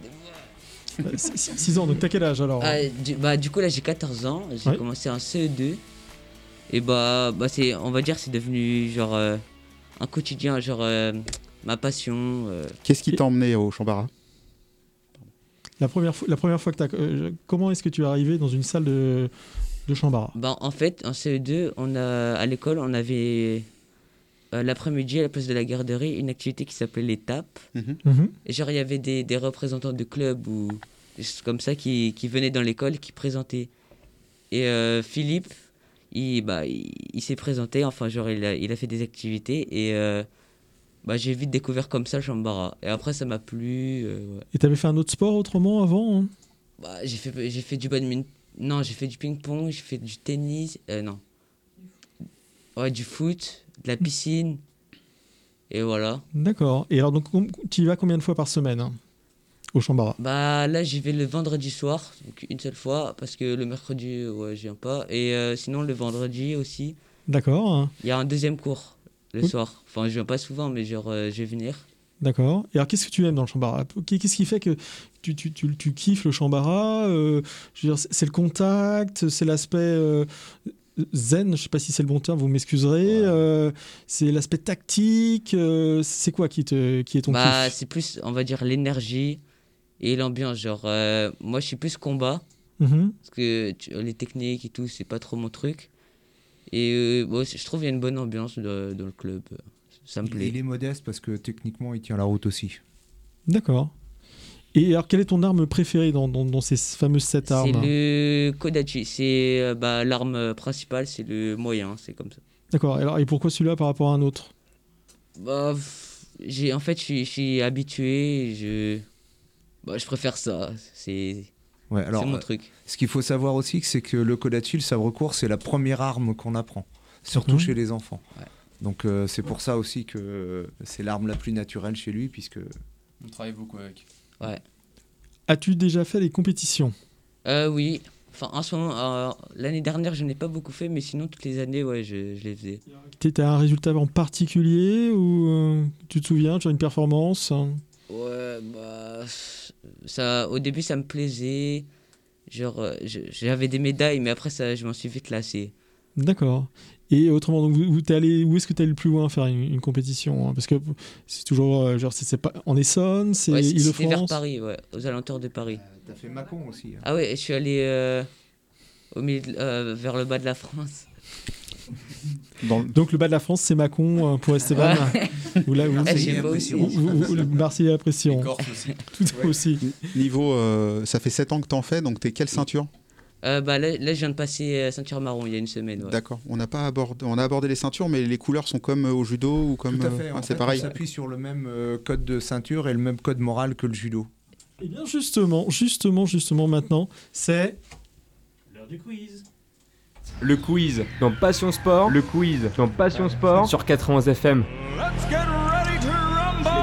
six ans, donc t'as quel âge alors ? Ah, du, bah, du coup, là j'ai quatorze ans, j'ai Ouais. commencé en C E deux. Et bah, bah c'est, on va dire c'est devenu genre euh, un quotidien, genre euh, ma passion. euh. Qu'est-ce qui t'a emmené au Chambara ? La première fois, la première fois que t'as, euh, comment est-ce que tu es arrivé dans une salle de, de Chambara ? Bah, en fait, en C E deux, on a, à l'école, on avait euh, l'après-midi à la place de la garderie une activité qui s'appelait les tapes. Mhm. Mhm. Et genre, il y avait des, des représentants de clubs ou des choses comme ça qui, qui venaient dans l'école, qui présentaient. Et euh, Philippe, il, bah, il, il s'est présenté, enfin, genre, il a, il a fait des activités et euh, bah, j'ai vite découvert comme ça le Chambara. Et après, ça m'a plu. euh, ouais. Et t'avais fait un autre sport autrement avant hein ? Bah, j'ai fait, j'ai fait du badminton. Non, j'ai fait du ping-pong, j'ai fait du tennis. Euh, non. Ouais, du foot, de la piscine. Et voilà. D'accord. Et alors, donc, tu y vas combien de fois par semaine hein, au Chambara ? Bah là, j'y vais le vendredi soir, donc une seule fois, parce que le mercredi, ouais, je viens pas. Et euh, sinon, le vendredi aussi, D'accord. il y a un deuxième cours le Oui. soir. Enfin, je viens pas souvent, mais genre, euh, je vais venir. D'accord. Et alors, qu'est-ce que tu aimes dans le Chambara ? Qu'est-ce qui fait que tu, tu, tu, tu kiffes le Chambara ? euh, Je veux dire, c'est c'est le contact, c'est l'aspect euh, zen, je ne sais pas si c'est le bon terme, vous m'excuserez. Ouais. Euh, c'est l'aspect tactique. Euh, c'est quoi qui, te, qui est ton bah, kiff? C'est plus, on va dire, l'énergie et l'ambiance. Genre, euh, moi, je suis plus combat. Mm-hmm. Parce que tu, les techniques et tout, c'est pas trop mon truc. Et euh, bon, je trouve qu'il y a une bonne ambiance de, dans le club. Ça me plaît. Il est modeste parce que techniquement, il tient la route aussi. D'accord. Et alors, quelle est ton arme préférée dans, dans, dans ces fameuses sept armes? C'est le Kodachi. C'est euh, bah, l'arme principale, c'est le moyen, c'est comme ça. D'accord. Alors, et pourquoi celui-là par rapport à un autre? Bah, j'ai, en fait, je suis, je suis habitué. Je, bah, je préfère ça. C'est, ouais, alors, c'est mon euh, truc. Ce qu'il faut savoir aussi, c'est que le Kodachi, le sabre court, c'est la première arme qu'on apprend, surtout mmh. chez les enfants. Ouais. Donc, euh, c'est pour ça aussi que c'est l'arme la plus naturelle chez lui, puisque on travaille beaucoup avec. Ouais. As-tu déjà fait les compétitions? euh, Oui. Enfin, en ce moment, euh, l'année dernière, je n'ai pas beaucoup fait, mais sinon, toutes les années, ouais, je, je les faisais. Tu as un résultat en particulier ou euh, tu te souviens, tu as une performance? Ouais, bah, ça, au début, ça me plaisait. Genre, je, j'avais des médailles, mais après, ça, je m'en suis vite lassé. D'accord. Et autrement, donc, où, t'es allé, où est-ce que tu es allé le plus loin faire une, une compétition, hein? Parce que c'est toujours, euh, genre, c'est, c'est pas en Essonne, c'est ouais, Île-de-France. C'était vers Paris, ouais, aux alentours de Paris. Euh, t'as fait Mâcon aussi. Hein. Ah ouais, je suis allé euh, au milieu, euh, vers le bas de la France. Dans le... Donc le bas de la France, c'est Mâcon euh, pour Esteban. Ou là, où, Marseillais à pression. Corse aussi. Tout ouais. aussi. Niveau, euh, ça fait sept ans que t'en fais, donc t'es quelle ceinture? Euh, bah là, là, je viens de passer euh, ceinture marron il y a une semaine. Ouais. D'accord. On n'a pas abordé, on a abordé les ceintures, mais les couleurs sont comme au judo ou comme. Tout à fait. Euh, en c'est fait, pareil. On s'appuie sur le même euh, code de ceinture et le même code moral que le judo. Et bien justement, justement, justement, maintenant, c'est l'heure du quiz. Le quiz dans Passion Sport. Le quiz dans Passion Sport sur quatre-vingt-onze F M. Let's get ready to rumble.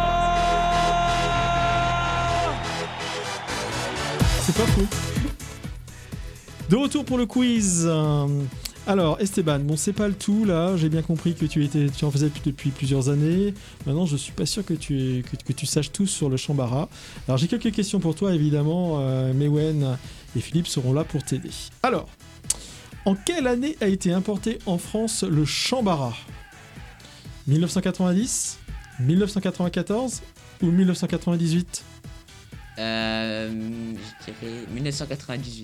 C'est pas faux. De retour pour le quiz. Alors, Esteban, bon, c'est pas le tout là. J'ai bien compris que tu, étais, tu en faisais depuis plusieurs années. Maintenant, je suis pas sûr que tu, es, que, que tu saches tout sur le Chambara. Alors, j'ai quelques questions pour toi, évidemment. Euh, Mewen et Philippe seront là pour t'aider. Alors, en quelle année a été importé en France le Chambara? dix-neuf cent quatre-vingt-dix, dix-neuf cent quatre-vingt-quatorze ou dix-neuf cent quatre-vingt-dix-huit? Euh, je dirais dix-neuf cent quatre-vingt-dix-huit.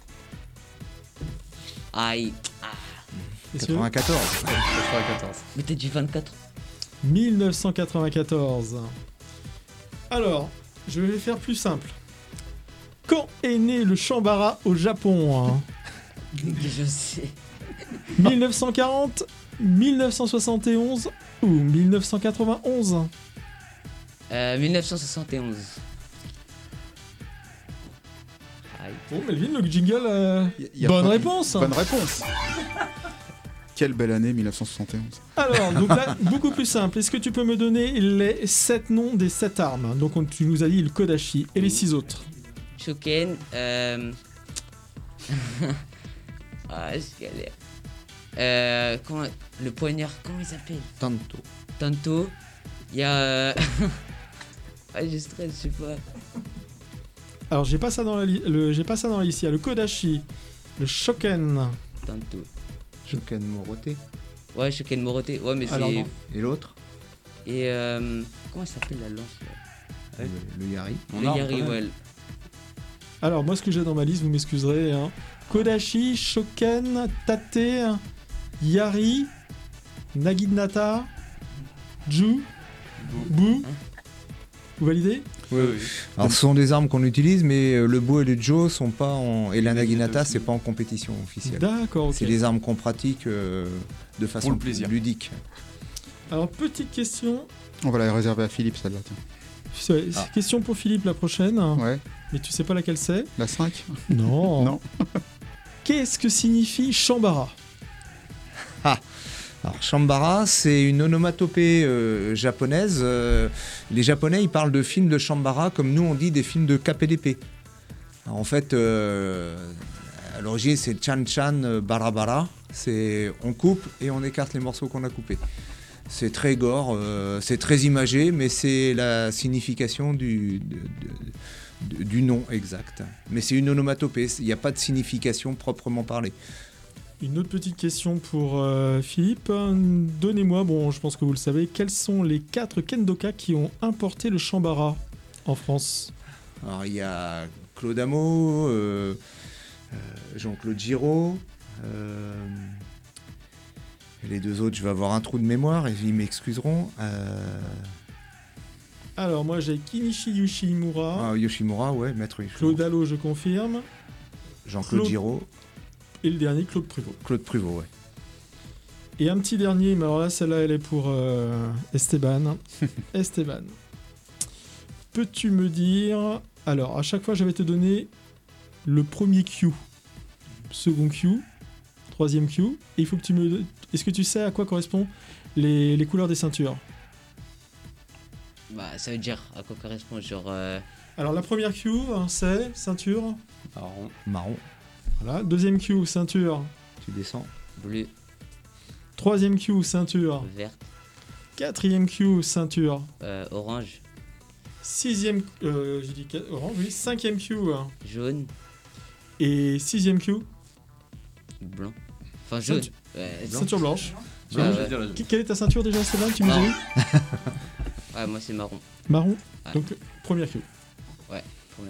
Aïe. Ah. quatre-vingt-quatorze. quatre-vingt-quatorze. Mais t'as dit vingt-quatre. dix-neuf cent quatre-vingt-quatorze. Alors, je vais faire plus simple. Quand est né le Chambara au Japon, hein? Je sais. dix-neuf cent quarante, dix-neuf cent soixante et onze ou dix-neuf cent quatre-vingt-onze? euh, dix-neuf cent soixante et onze. Bon, Melvin, le jingle, euh... y a, y a bonne pas... réponse. Bonne réponse. Quelle belle année, dix-neuf cent soixante et onze. Alors, donc là, beaucoup plus simple. Est-ce que tu peux me donner les sept noms des sept armes? Donc, on, tu nous as dit le Kodachi et les six autres. Shoken, euh... ah, je galère. Euh, comment... Le poignard, comment il s'appelle? Tanto. Tanto. Il y a... ah, je stresse, je sais pas. Alors, j'ai pas ça dans la li- le... j'ai pas ça dans la liste. Il y a le Kodachi, le Shoken. Tanto. Shoken Morote. Ouais, Shoken Morote. Ouais, mais alors, c'est... non. Et l'autre? Et euh... comment s'appelle la lance là? Ouais. Le, le Yari. Le Yari, ouais. Alors, moi, ce que j'ai dans ma liste, vous m'excuserez, hein. Kodachi, Shoken, Tate, Yari, Naginata, Ju, Bu. Hein? Vous validez? Oui, oui. Alors, ce sont des armes qu'on utilise, mais le Bu et le Jo sont pas en... et la Naginata, c'est pas en compétition officielle. D'accord, ok. C'est des armes qu'on pratique euh, de façon Pour le plaisir. ludique. Alors, petite question. On va la réserver à Philippe, celle-là. Tiens. C'est ah. Question pour Philippe la prochaine. Ouais. Mais tu sais pas laquelle c'est? La cinq? Non. Non. Qu'est-ce que signifie Chambara? Ah. Alors, Chambara, c'est une onomatopée euh, japonaise. Euh, les Japonais, ils parlent de films de Chambara comme nous, on dit des films de K P D P. Alors, en fait, euh, à l'origine, c'est Chan-Chan Barabara. C'est on coupe et on écarte les morceaux qu'on a coupés. C'est très gore, euh, c'est très imagé, mais c'est la signification du, de, de, de, du nom exact. Mais c'est une onomatopée, il n'y a pas de signification proprement parlée. Une autre petite question pour euh, Philippe. Donnez-moi, bon, je pense que vous le savez, quels sont les quatre kendoka qui ont importé le Shambara en France? Alors, il y a Claude Hameau, euh, euh, Jean-Claude Giraud. Euh, les deux autres, je vais avoir un trou de mémoire et ils m'excuseront. Euh... Alors, moi, j'ai Kinichi Yoshimura. Ah, Yoshimura, ouais, maître Yoshimura. Claude Allo, je confirme. Jean-Claude Claude... Giraud. Et le dernier, Claude Prévost. Claude Prévost, ouais. Et un petit dernier, mais alors là, celle-là, elle est pour euh, Esteban. Esteban. Peux-tu me dire... Alors, à chaque fois, je vais te donner le premier Q, second Q, troisième Q. Et il faut que tu me... Est-ce que tu sais à quoi correspondent les, les couleurs des ceintures? Bah, ça veut dire à quoi correspond, genre... Euh... Alors, la première Q, hein, c'est ceinture... Marron. Marron. Voilà. Deuxième Q, ceinture... Tu descends. Bleu. Troisième Q, ceinture... Verte. Quatrième Q, ceinture... Euh, orange. Sixième... Euh, j'ai dit quatre- orange, oui. Cinquième Q... hein. Jaune. Et sixième Q... Blanc. Enfin, jaune. Ceinture, Ouais, blanc. ceinture blanche. Ah, ouais. dire la jaune. Qu- Quelle est ta ceinture déjà, Stéphane? Tu me Marron. dis Ouais, moi c'est marron. Marron. Ouais. Donc, première Q. Ouais, première.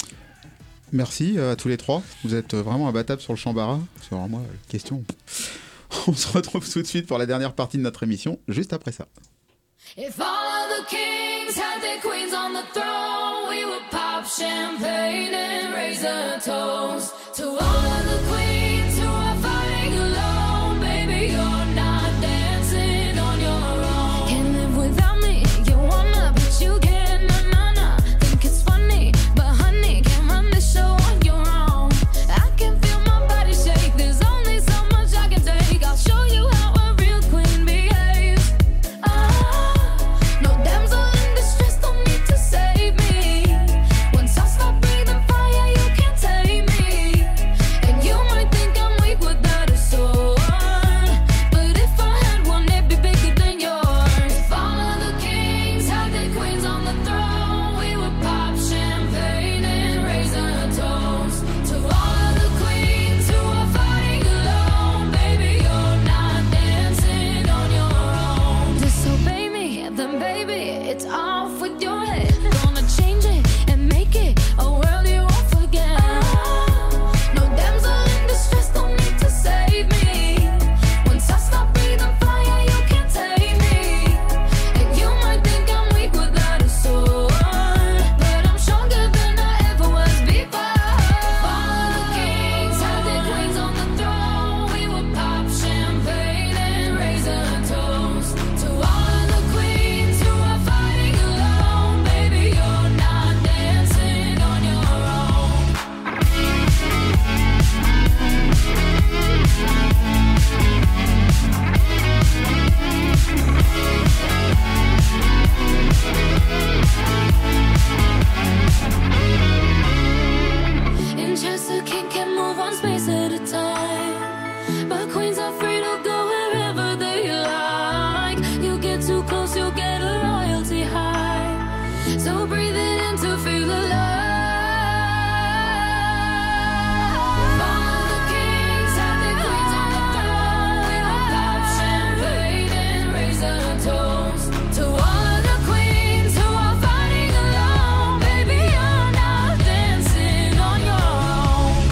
Merci à tous les trois. Vous êtes vraiment imbattables sur le Shambara. C'est vraiment moi, la question. On se retrouve tout de suite pour la dernière partie de notre émission, juste après ça. If all of the kings had their queens on the throne, we would pop champagne and raise a toast to all of the queens who are fighting alone. Baby, you're not dancing on your own. Can't live without me, you wanna, but you can't, na na na. Think it's funny, but honey, can't run the show on your own. I can feel my body shake, there's only so much I can take. I'll show you how a real queen behaves. Ah, no damsel in distress, don't need to save me. Once I stop breathing fire, you can't tame me. And you might think I'm weak without a sword, but if I had one, it'd be bigger than yours. If all of the kings had their queens on the throne, we would pop champagne and raise a toast to all of the queens who are fighting alone. Baby, you're not dancing on your own. Disobey me, then baby, it's off with your head. Gonna change it and make it a world you won't forget. No damsel in distress, don't need to save me. Once I stop breathing fire, you can't tame me. And you might think I'm weak without a sword, but I'm stronger than I ever was before. If all of the kings had their queens on the throne, we would pop champagne and raise a toast to all of the queens who are fighting alone. Baby, you're not dancing on your own. In chess, a king can move one space at a time, but queens are free to go wherever they like. You get too close, you'll get a royalty high. So breathe it in to feel alive. All of the kings have their queens on the throne. We will pop champagne and raise a toast to all of the queens who are fighting alone. Baby, you're not dancing on your own.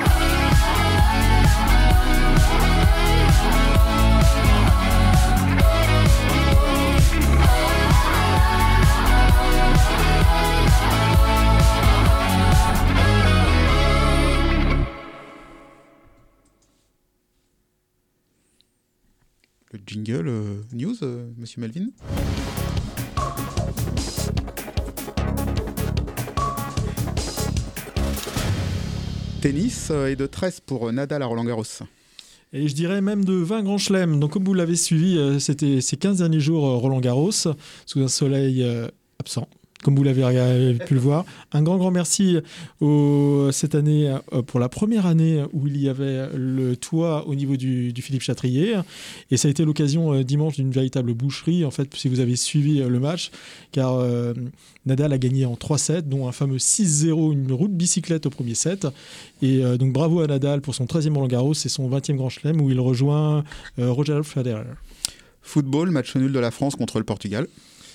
Le jingle euh, news, euh, monsieur Melvin. Tennis euh, et de treize pour euh, Nadal à Roland-Garros. Et je dirais même de vingt grands chelems. Donc, comme vous l'avez suivi, euh, c'était ces quinze derniers jours euh, Roland Garros, sous un soleil euh, absent. comme vous l'avez pu le voir. Un grand, grand merci au, cette année, pour la première année où il y avait le toit au niveau du, du Philippe Chatrier. Et ça a été l'occasion euh, dimanche d'une véritable boucherie, en fait, si vous avez suivi euh, le match, car euh, Nadal a gagné en trois sets, dont un fameux six zéro, une roue de bicyclette au premier set. Et euh, donc bravo à Nadal pour son treizième Roland-Garros, c'est son vingtième Grand Chelem où il rejoint euh, Roger Federer. Football, match nul de la France contre le Portugal.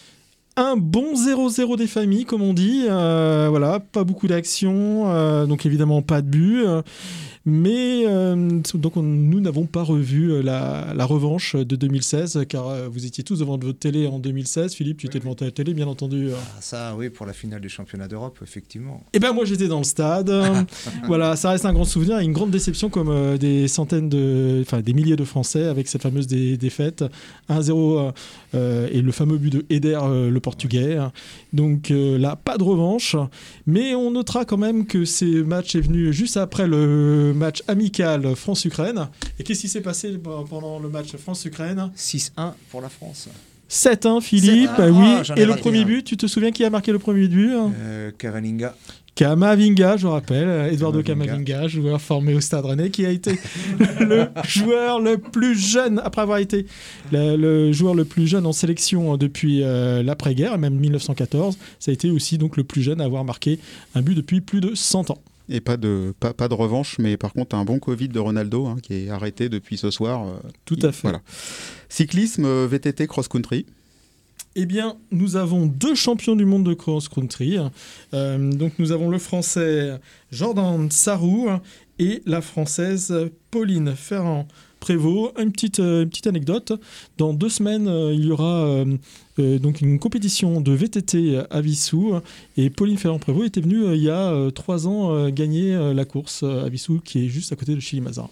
Un bon zéro zéro des familles, comme on dit. Euh, voilà, pas beaucoup d'action, euh, donc évidemment pas de but. Euh, mais euh, donc on, nous n'avons pas revu la, la revanche de deux mille seize, car euh, vous étiez tous devant votre télé en deux mille seize. Philippe, tu étais devant ta télé, bien entendu. Ah, ça, oui, pour la finale du championnat d'Europe, effectivement. Eh ben moi, j'étais dans le stade. Voilà, ça reste un grand souvenir et une grande déception, comme euh, des centaines de, enfin des milliers de Français avec cette fameuse dé- défaite un zéro euh, et le fameux but de Eder, euh, le Portugais. Donc euh, là, pas de revanche, mais on notera quand même que ce match est venu juste après le match amical France-Ukraine. Et qu'est-ce qui s'est passé pendant le match France-Ukraine ? six un pour la France. sept un, Philippe, sept un. oui. Ah, et le raté premier un. but, tu te souviens qui a marqué le premier but ? euh, Cavalinga. Kamavinga, je rappelle, Eduardo Camavinga. Camavinga, joueur formé au Stade Rennais, qui a été le joueur le plus jeune, après avoir été le, le joueur le plus jeune en sélection depuis euh, l'après-guerre, même mille neuf cent quatorze. Ça a été aussi donc le plus jeune à avoir marqué un but depuis plus de cent ans. Et pas de, pas, pas de revanche, mais par contre un bon Covid de Ronaldo hein, qui est arrêté depuis ce soir. Euh, Tout il, à fait. Voilà. Cyclisme, euh, V T T, cross-country. Eh bien, nous avons deux champions du monde de cross-country. Euh, donc, nous avons le Français Jordan Sarrou et la Française Pauline Ferrand-Prévot. Une petite, euh, une petite anecdote. Dans deux semaines, euh, il y aura euh, euh, donc une compétition de V T T à Vissou. Et Pauline Ferrand-Prévot était venue euh, il y a euh, trois ans euh, gagner euh, la course euh, à Vissou, qui est juste à côté de Chili-Mazarin.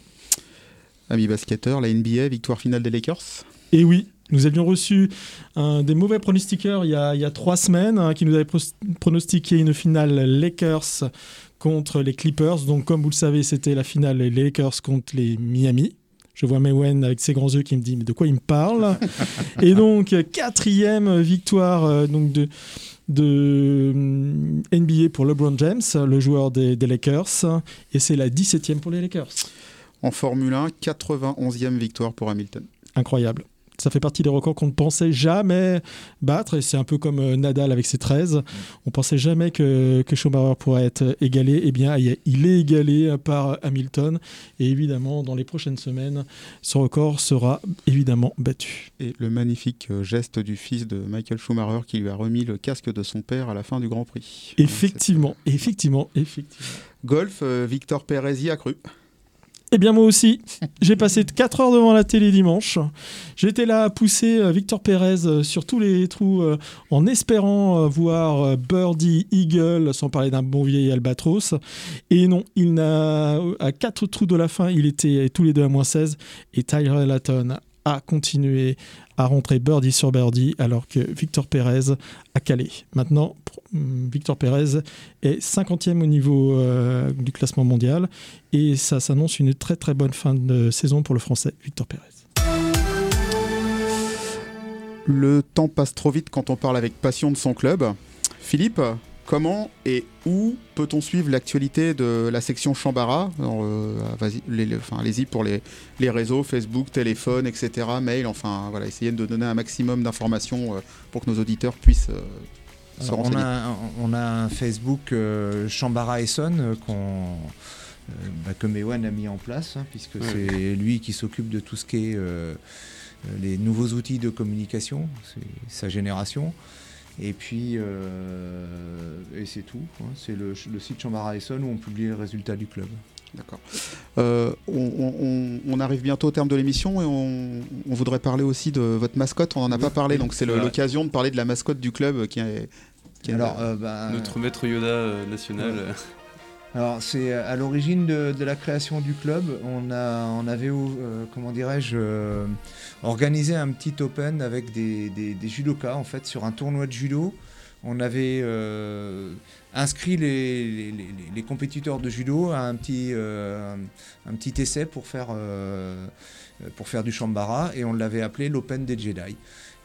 Ami basketteur, la N B A, victoire finale des Lakers. Et oui. Nous avions reçu un des mauvais pronostiqueurs il y a, il y a trois semaines hein, qui nous avait pro- pronostiqué une finale Lakers contre les Clippers. Donc, comme vous le savez, c'était la finale les Lakers contre les Miami. Je vois Mewen avec ses grands yeux qui me dit « Mais de quoi il me parle ?» Et donc, quatrième victoire euh, donc de, de N B A pour LeBron James, le joueur des, des Lakers. Et c'est la dix-septième pour les Lakers. En Formule un, quatre-vingt-onzième victoire pour Hamilton. Incroyable. Ça fait partie des records qu'on ne pensait jamais battre. Et c'est un peu comme Nadal avec ses treize. On ne pensait jamais que, que Schumacher pourrait être égalé. Eh bien, il est égalé par Hamilton. Et évidemment, dans les prochaines semaines, ce record sera évidemment battu. Et le magnifique geste du fils de Michael Schumacher qui lui a remis le casque de son père à la fin du Grand Prix. Effectivement, effectivement, effectivement. Golf, euh, Victor Pérez y a cru. Eh bien moi aussi, j'ai passé quatre heures devant la télé dimanche. J'étais là à pousser Victor Pérez sur tous les trous euh, en espérant voir birdie, eagle, sans parler d'un bon vieil albatros. Et non, il n'a à quatre trous de la fin, il était tous les deux à moins seize. Et Tyler Latton a continué à rentrer birdie sur birdie alors que Victor Pérez a calé. Maintenant, Victor Pérez est cinquantième au niveau euh, du classement mondial et ça s'annonce une très très bonne fin de saison pour le Français Victor Pérez. Le temps passe trop vite quand on parle avec passion de son club. Philippe, comment et où peut-on suivre l'actualité de la section Chambara ? Alors, euh, vas-y, les, les, enfin, allez-y pour les, les réseaux, Facebook, téléphone, et cetera, mail, enfin voilà, essayez de donner un maximum d'informations euh, pour que nos auditeurs puissent euh, se Alors, renseigner. On a, on a un Facebook euh, Chambara Essonne euh, qu'on, euh, bah, que Mewan a mis en place, hein, puisque ouais. c'est lui qui s'occupe de tout ce qui est euh, les nouveaux outils de communication, c'est sa génération. Et puis, euh, et c'est tout. Hein. C'est le, le site Chambara Essonne où on publie les résultats du club. D'accord. Euh, on, on, on arrive bientôt au terme de l'émission et on, on voudrait parler aussi de votre mascotte. On n'en a oui, pas parlé, donc c'est le, l'occasion de parler de la mascotte du club qui est. Qui est Alors, euh, bah, notre maître Yoda euh, national. Ouais. Alors, c'est à l'origine de, de la création du club. On, a, on avait, euh, comment dirais-je, euh, organisé un petit open avec des, des, des judokas, en fait, sur un tournoi de judo. On avait euh, inscrit les, les, les, les compétiteurs de judo à un petit, euh, un, un petit essai pour faire, euh, pour faire du Chambara et on l'avait appelé l'Open des Jedi.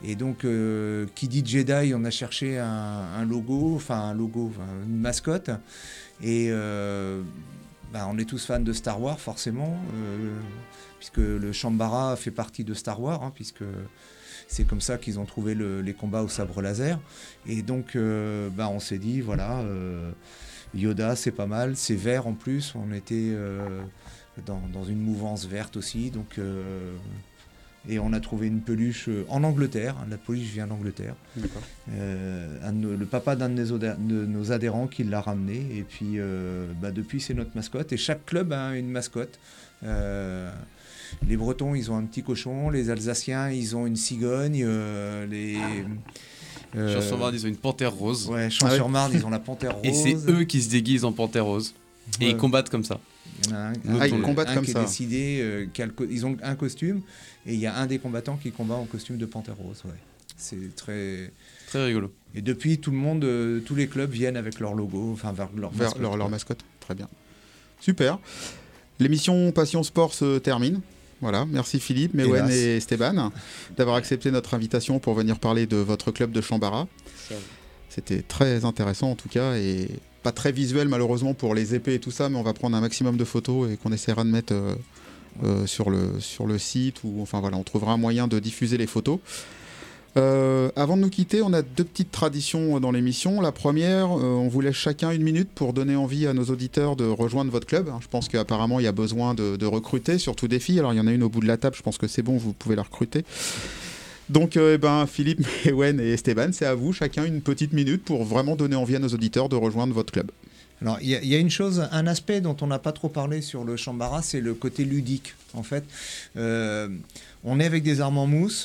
Et donc, euh, qui dit Jedi, on a cherché un, un logo, enfin un logo, enfin, une mascotte. Et euh, bah, on est tous fans de Star Wars, forcément, euh, puisque le Shambara fait partie de Star Wars, hein, puisque c'est comme ça qu'ils ont trouvé le, les combats au sabre laser. Et donc, euh, bah, on s'est dit, voilà, euh, Yoda, c'est pas mal, c'est vert en plus. On était euh, dans, dans une mouvance verte aussi, donc... Euh, et on a trouvé une peluche en Angleterre. La peluche vient d'Angleterre. Euh, un de, le papa d'un de, de nos adhérents qui l'a ramené. Et puis, euh, bah, depuis, c'est notre mascotte. Et chaque club a une mascotte. Euh, les Bretons, ils ont un petit cochon. Les Alsaciens, ils ont une cigogne. Euh, les... Euh, Champs-sur-Marne, ils ont une panthère rose. Ouais, Champs-sur-Marne, ils ont la panthère rose. Et c'est eux qui se déguisent en panthère rose. Et ouais. Ils combattent comme ça. Il y en a un, ah, un, ils combattent un comme qui ça. est décidé, euh, qui a le, ils ont un costume, et il y a un des combattants qui combat en costume de panthère rose. Ouais. C'est très... Très rigolo. Et depuis, tout le monde, euh, tous les clubs viennent avec leur logo, enfin vers leur vers mascotte. Leur, leur mascotte, très bien. Super. L'émission Passion Sport se termine. Voilà, merci Philippe, Mewen et Esteban d'avoir accepté notre invitation pour venir parler de votre club de Shambara. C'était très intéressant en tout cas, et pas très visuel malheureusement pour les épées et tout ça, mais on va prendre un maximum de photos et qu'on essaiera de mettre euh, euh, sur, le, sur le site, ou enfin voilà, on trouvera un moyen de diffuser les photos. Euh, avant de nous quitter, on a deux petites traditions dans l'émission. La première, euh, on vous laisse chacun une minute pour donner envie à nos auditeurs de rejoindre votre club. Je pense qu'apparemment il y a besoin de, de recruter, surtout des filles. Alors il y en a une au bout de la table, je pense que c'est bon, vous pouvez la recruter. Donc euh, eh ben, Philippe, Mewen et Esteban, c'est à vous, chacun une petite minute pour vraiment donner envie à nos auditeurs de rejoindre votre club. Alors il y, y a une chose, un aspect dont on n'a pas trop parlé sur le Shambara, c'est le côté ludique. En fait, euh, on est avec des armes en mousse,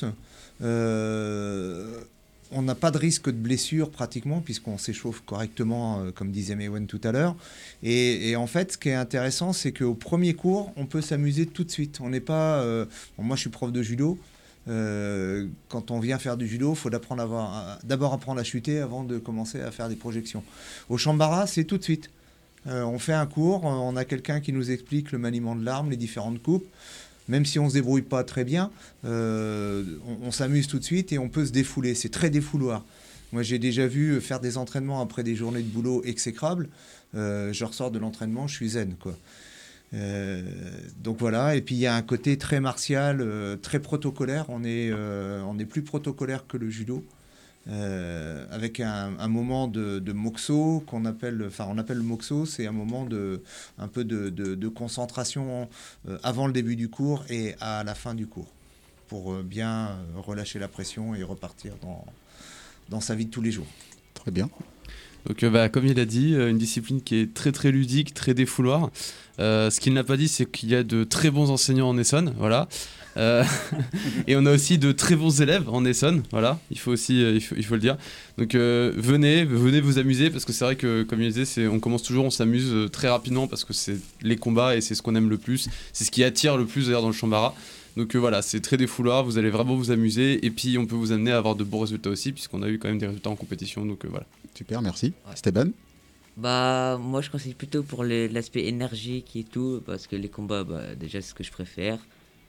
euh, on n'a pas de risque de blessure pratiquement puisqu'on s'échauffe correctement, euh, comme disait Mewen tout à l'heure. Et, et en fait, ce qui est intéressant, c'est qu'au premier cours, on peut s'amuser tout de suite. On n'est pas, euh, bon, moi je suis prof de judo. Euh, quand on vient faire du judo, il faut d'abord apprendre à chuter avant de commencer à faire des projections. Au Shambara, c'est tout de suite. Euh, on fait un cours, on a quelqu'un qui nous explique le maniement de l'arme, les différentes coupes. Même si on ne se débrouille pas très bien, euh, on, on s'amuse tout de suite et on peut se défouler. C'est très défouloir. Moi, j'ai déjà vu faire des entraînements après des journées de boulot exécrables. Euh, je ressors de l'entraînement, je suis zen, quoi. Euh, donc voilà, et puis il y a un côté très martial, euh, très protocolaire. On est, euh, on est plus protocolaire que le judo, euh, avec un, un moment de, de moxo qu'on appelle, enfin on appelle le moxo, c'est un moment de, un peu de, de, de concentration euh, avant le début du cours et à la fin du cours, pour euh, bien relâcher la pression et repartir dans, dans sa vie de tous les jours. Très bien. Donc euh, bah, comme il a dit, euh, une discipline qui est très très ludique, très défouloir. Euh, ce qu'il n'a pas dit, c'est qu'il y a de très bons enseignants en Essonne, voilà. Euh, et on a aussi de très bons élèves en Essonne, voilà. Il faut aussi, euh, il faut, il faut le dire. Donc euh, venez, venez vous amuser parce que c'est vrai que comme il disait, c'est, on commence toujours, on s'amuse euh, très rapidement parce que c'est les combats et c'est ce qu'on aime le plus, c'est ce qui attire le plus d'ailleurs dans le Shambara. Donc euh, voilà, c'est très défouloir, vous allez vraiment vous amuser et puis on peut vous amener à avoir de bons résultats aussi puisqu'on a eu quand même des résultats en compétition, donc euh, voilà. Super, merci. Ouais. Esteban ? Bah moi je conseille plutôt pour les, l'aspect énergique et tout, parce que les combats, bah, déjà c'est ce que je préfère.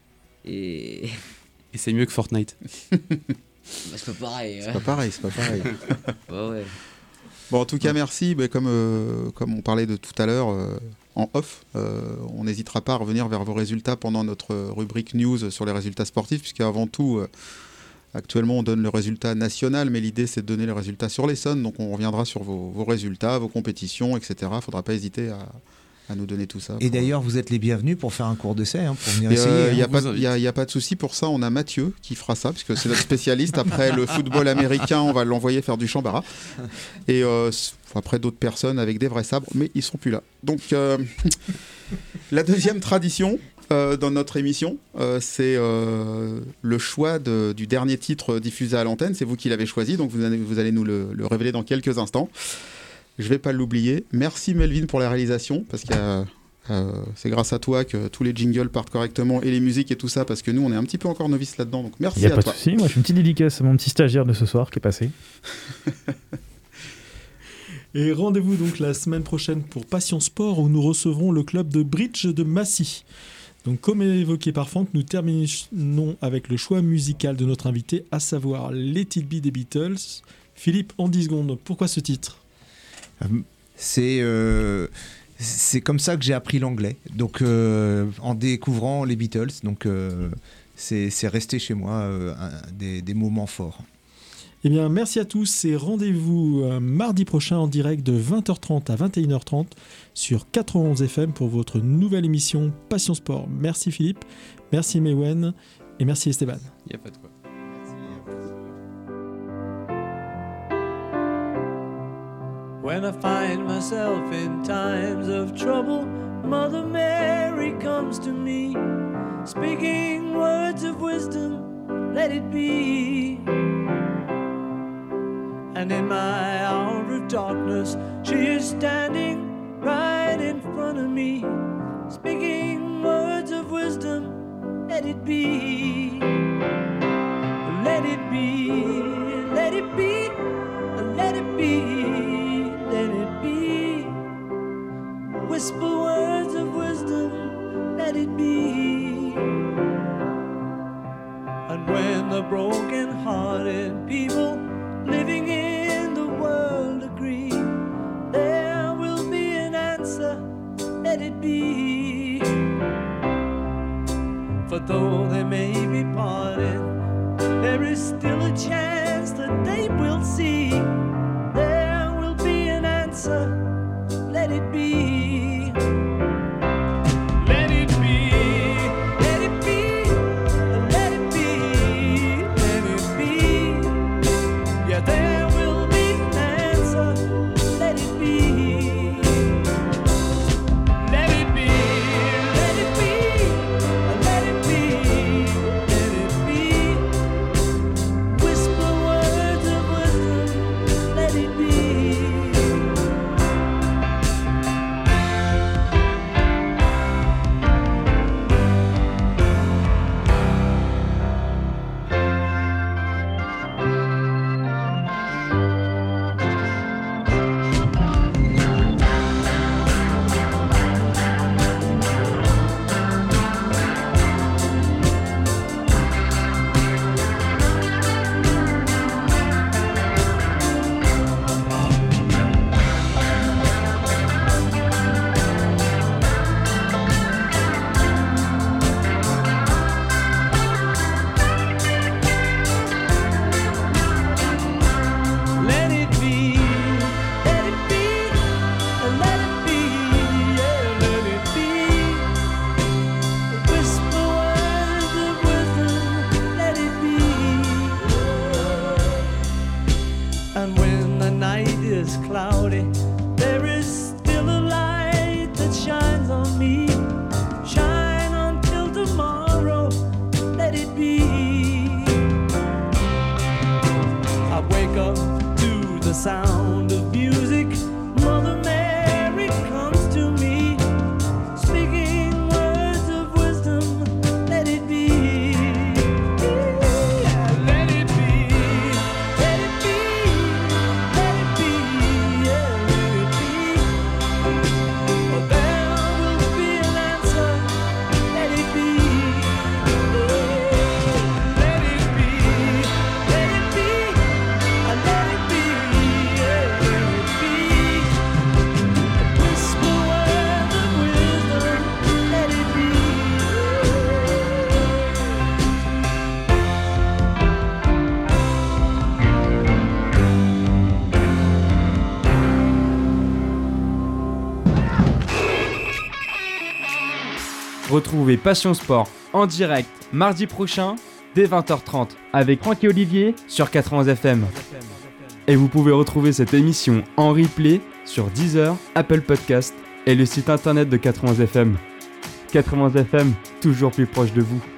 Et, et c'est mieux que Fortnite. Bah, c'est pas pareil. C'est hein. pas pareil, c'est pas pareil. Bah, ouais. Bon, en tout cas, merci. Bah, comme, euh, comme on parlait de tout à l'heure euh, en off, euh, on n'hésitera pas à revenir vers vos résultats pendant notre rubrique news sur les résultats sportifs, puisqu'avant tout, euh, actuellement, on donne le résultat national, mais l'idée, c'est de donner le résultat sur l'Essonne. Donc, on reviendra sur vos, vos résultats, vos compétitions, et cetera. Il ne faudra pas hésiter à, à nous donner tout ça. Et d'ailleurs, vous êtes les bienvenus pour faire un cours d'essai, hein, pour venir et essayer. Il n'y hein, a, a, a pas de souci pour ça. On a Mathieu qui fera ça, puisque c'est notre spécialiste. Après le football américain, on va l'envoyer faire du Shambara. Et euh, après, d'autres personnes avec des vrais sabres, mais ils ne seront plus là. Donc, euh, la deuxième tradition euh, dans notre émission, euh, c'est euh, le choix de, du dernier titre diffusé à l'antenne. C'est vous qui l'avez choisi, donc vous allez, vous allez nous le, le révéler dans quelques instants. Je ne vais pas l'oublier. Merci Melvin pour la réalisation, parce que euh, c'est grâce à toi que tous les jingles partent correctement et les musiques et tout ça, parce que nous, on est un petit peu encore novices là-dedans. Donc merci à toi. Il n'y a pas de souci. Moi, je fais une petite dédicace à mon petit stagiaire de ce soir qui est passé. Et rendez-vous donc la semaine prochaine pour Passion Sport, où nous recevrons le club de bridge de Massy. Donc, comme évoqué par Franck, nous terminons avec le choix musical de notre invité, à savoir Let It Be des Beatles. Philippe, en dix secondes, pourquoi ce titre ? C'est, euh, c'est comme ça que j'ai appris l'anglais, donc euh, en découvrant les Beatles, donc euh, c'est, c'est resté chez moi euh, un, des, des moments forts. Eh bien, merci à tous et rendez-vous euh, mardi prochain en direct de vingt heures trente à vingt et une heures trente sur quatre-vingt-onze F M pour votre nouvelle émission Passion Sport. Merci Philippe, merci Mewen et merci Esteban. Il n'y a pas de quoi. When I find myself in times of trouble, Mother Mary comes to me, speaking words of wisdom, let it be. And in my hour of darkness, she is standing right in front of me, speaking words of wisdom, let it be. Let it be, let it be, let it be, let it be. Whisper words of wisdom, let it be. And when the broken-hearted people living in the world agree, there will be an answer, let it be. For though they may be parted, there is still a chance that they will see. There will be an answer, let it be. Let it be, let it be, let it be, let it be. Yeah, there will be an answer, let it be. Let it be, let it be, let it be, let it be. Whisper words of wisdom, let it be. Let it be, let it be, let it be, yeah, let it be. Whisper words of wisdom, let it be. And when the night is cloudy, there is still a light that shines on me. Shine until tomorrow, let it be. I wake up to the sound of music. Mother Mary comes to me, speaking words of wisdom, let it be. Yeah, let it be, let it be, let it be, yeah, let it be. Oh, there will be an answer, let it be. Let it be, let it be, let it be, yeah, let it be. Whisper words of wisdom, let it be. Retrouvez Passion Sport en direct mardi prochain dès vingt heures trente avec Franck et Olivier sur quatre-vingts F M. Et vous pouvez retrouver cette émission en replay sur Deezer, Apple Podcast et le site internet de quatre-vingts F M. quatre-vingts F M, toujours plus proche de vous.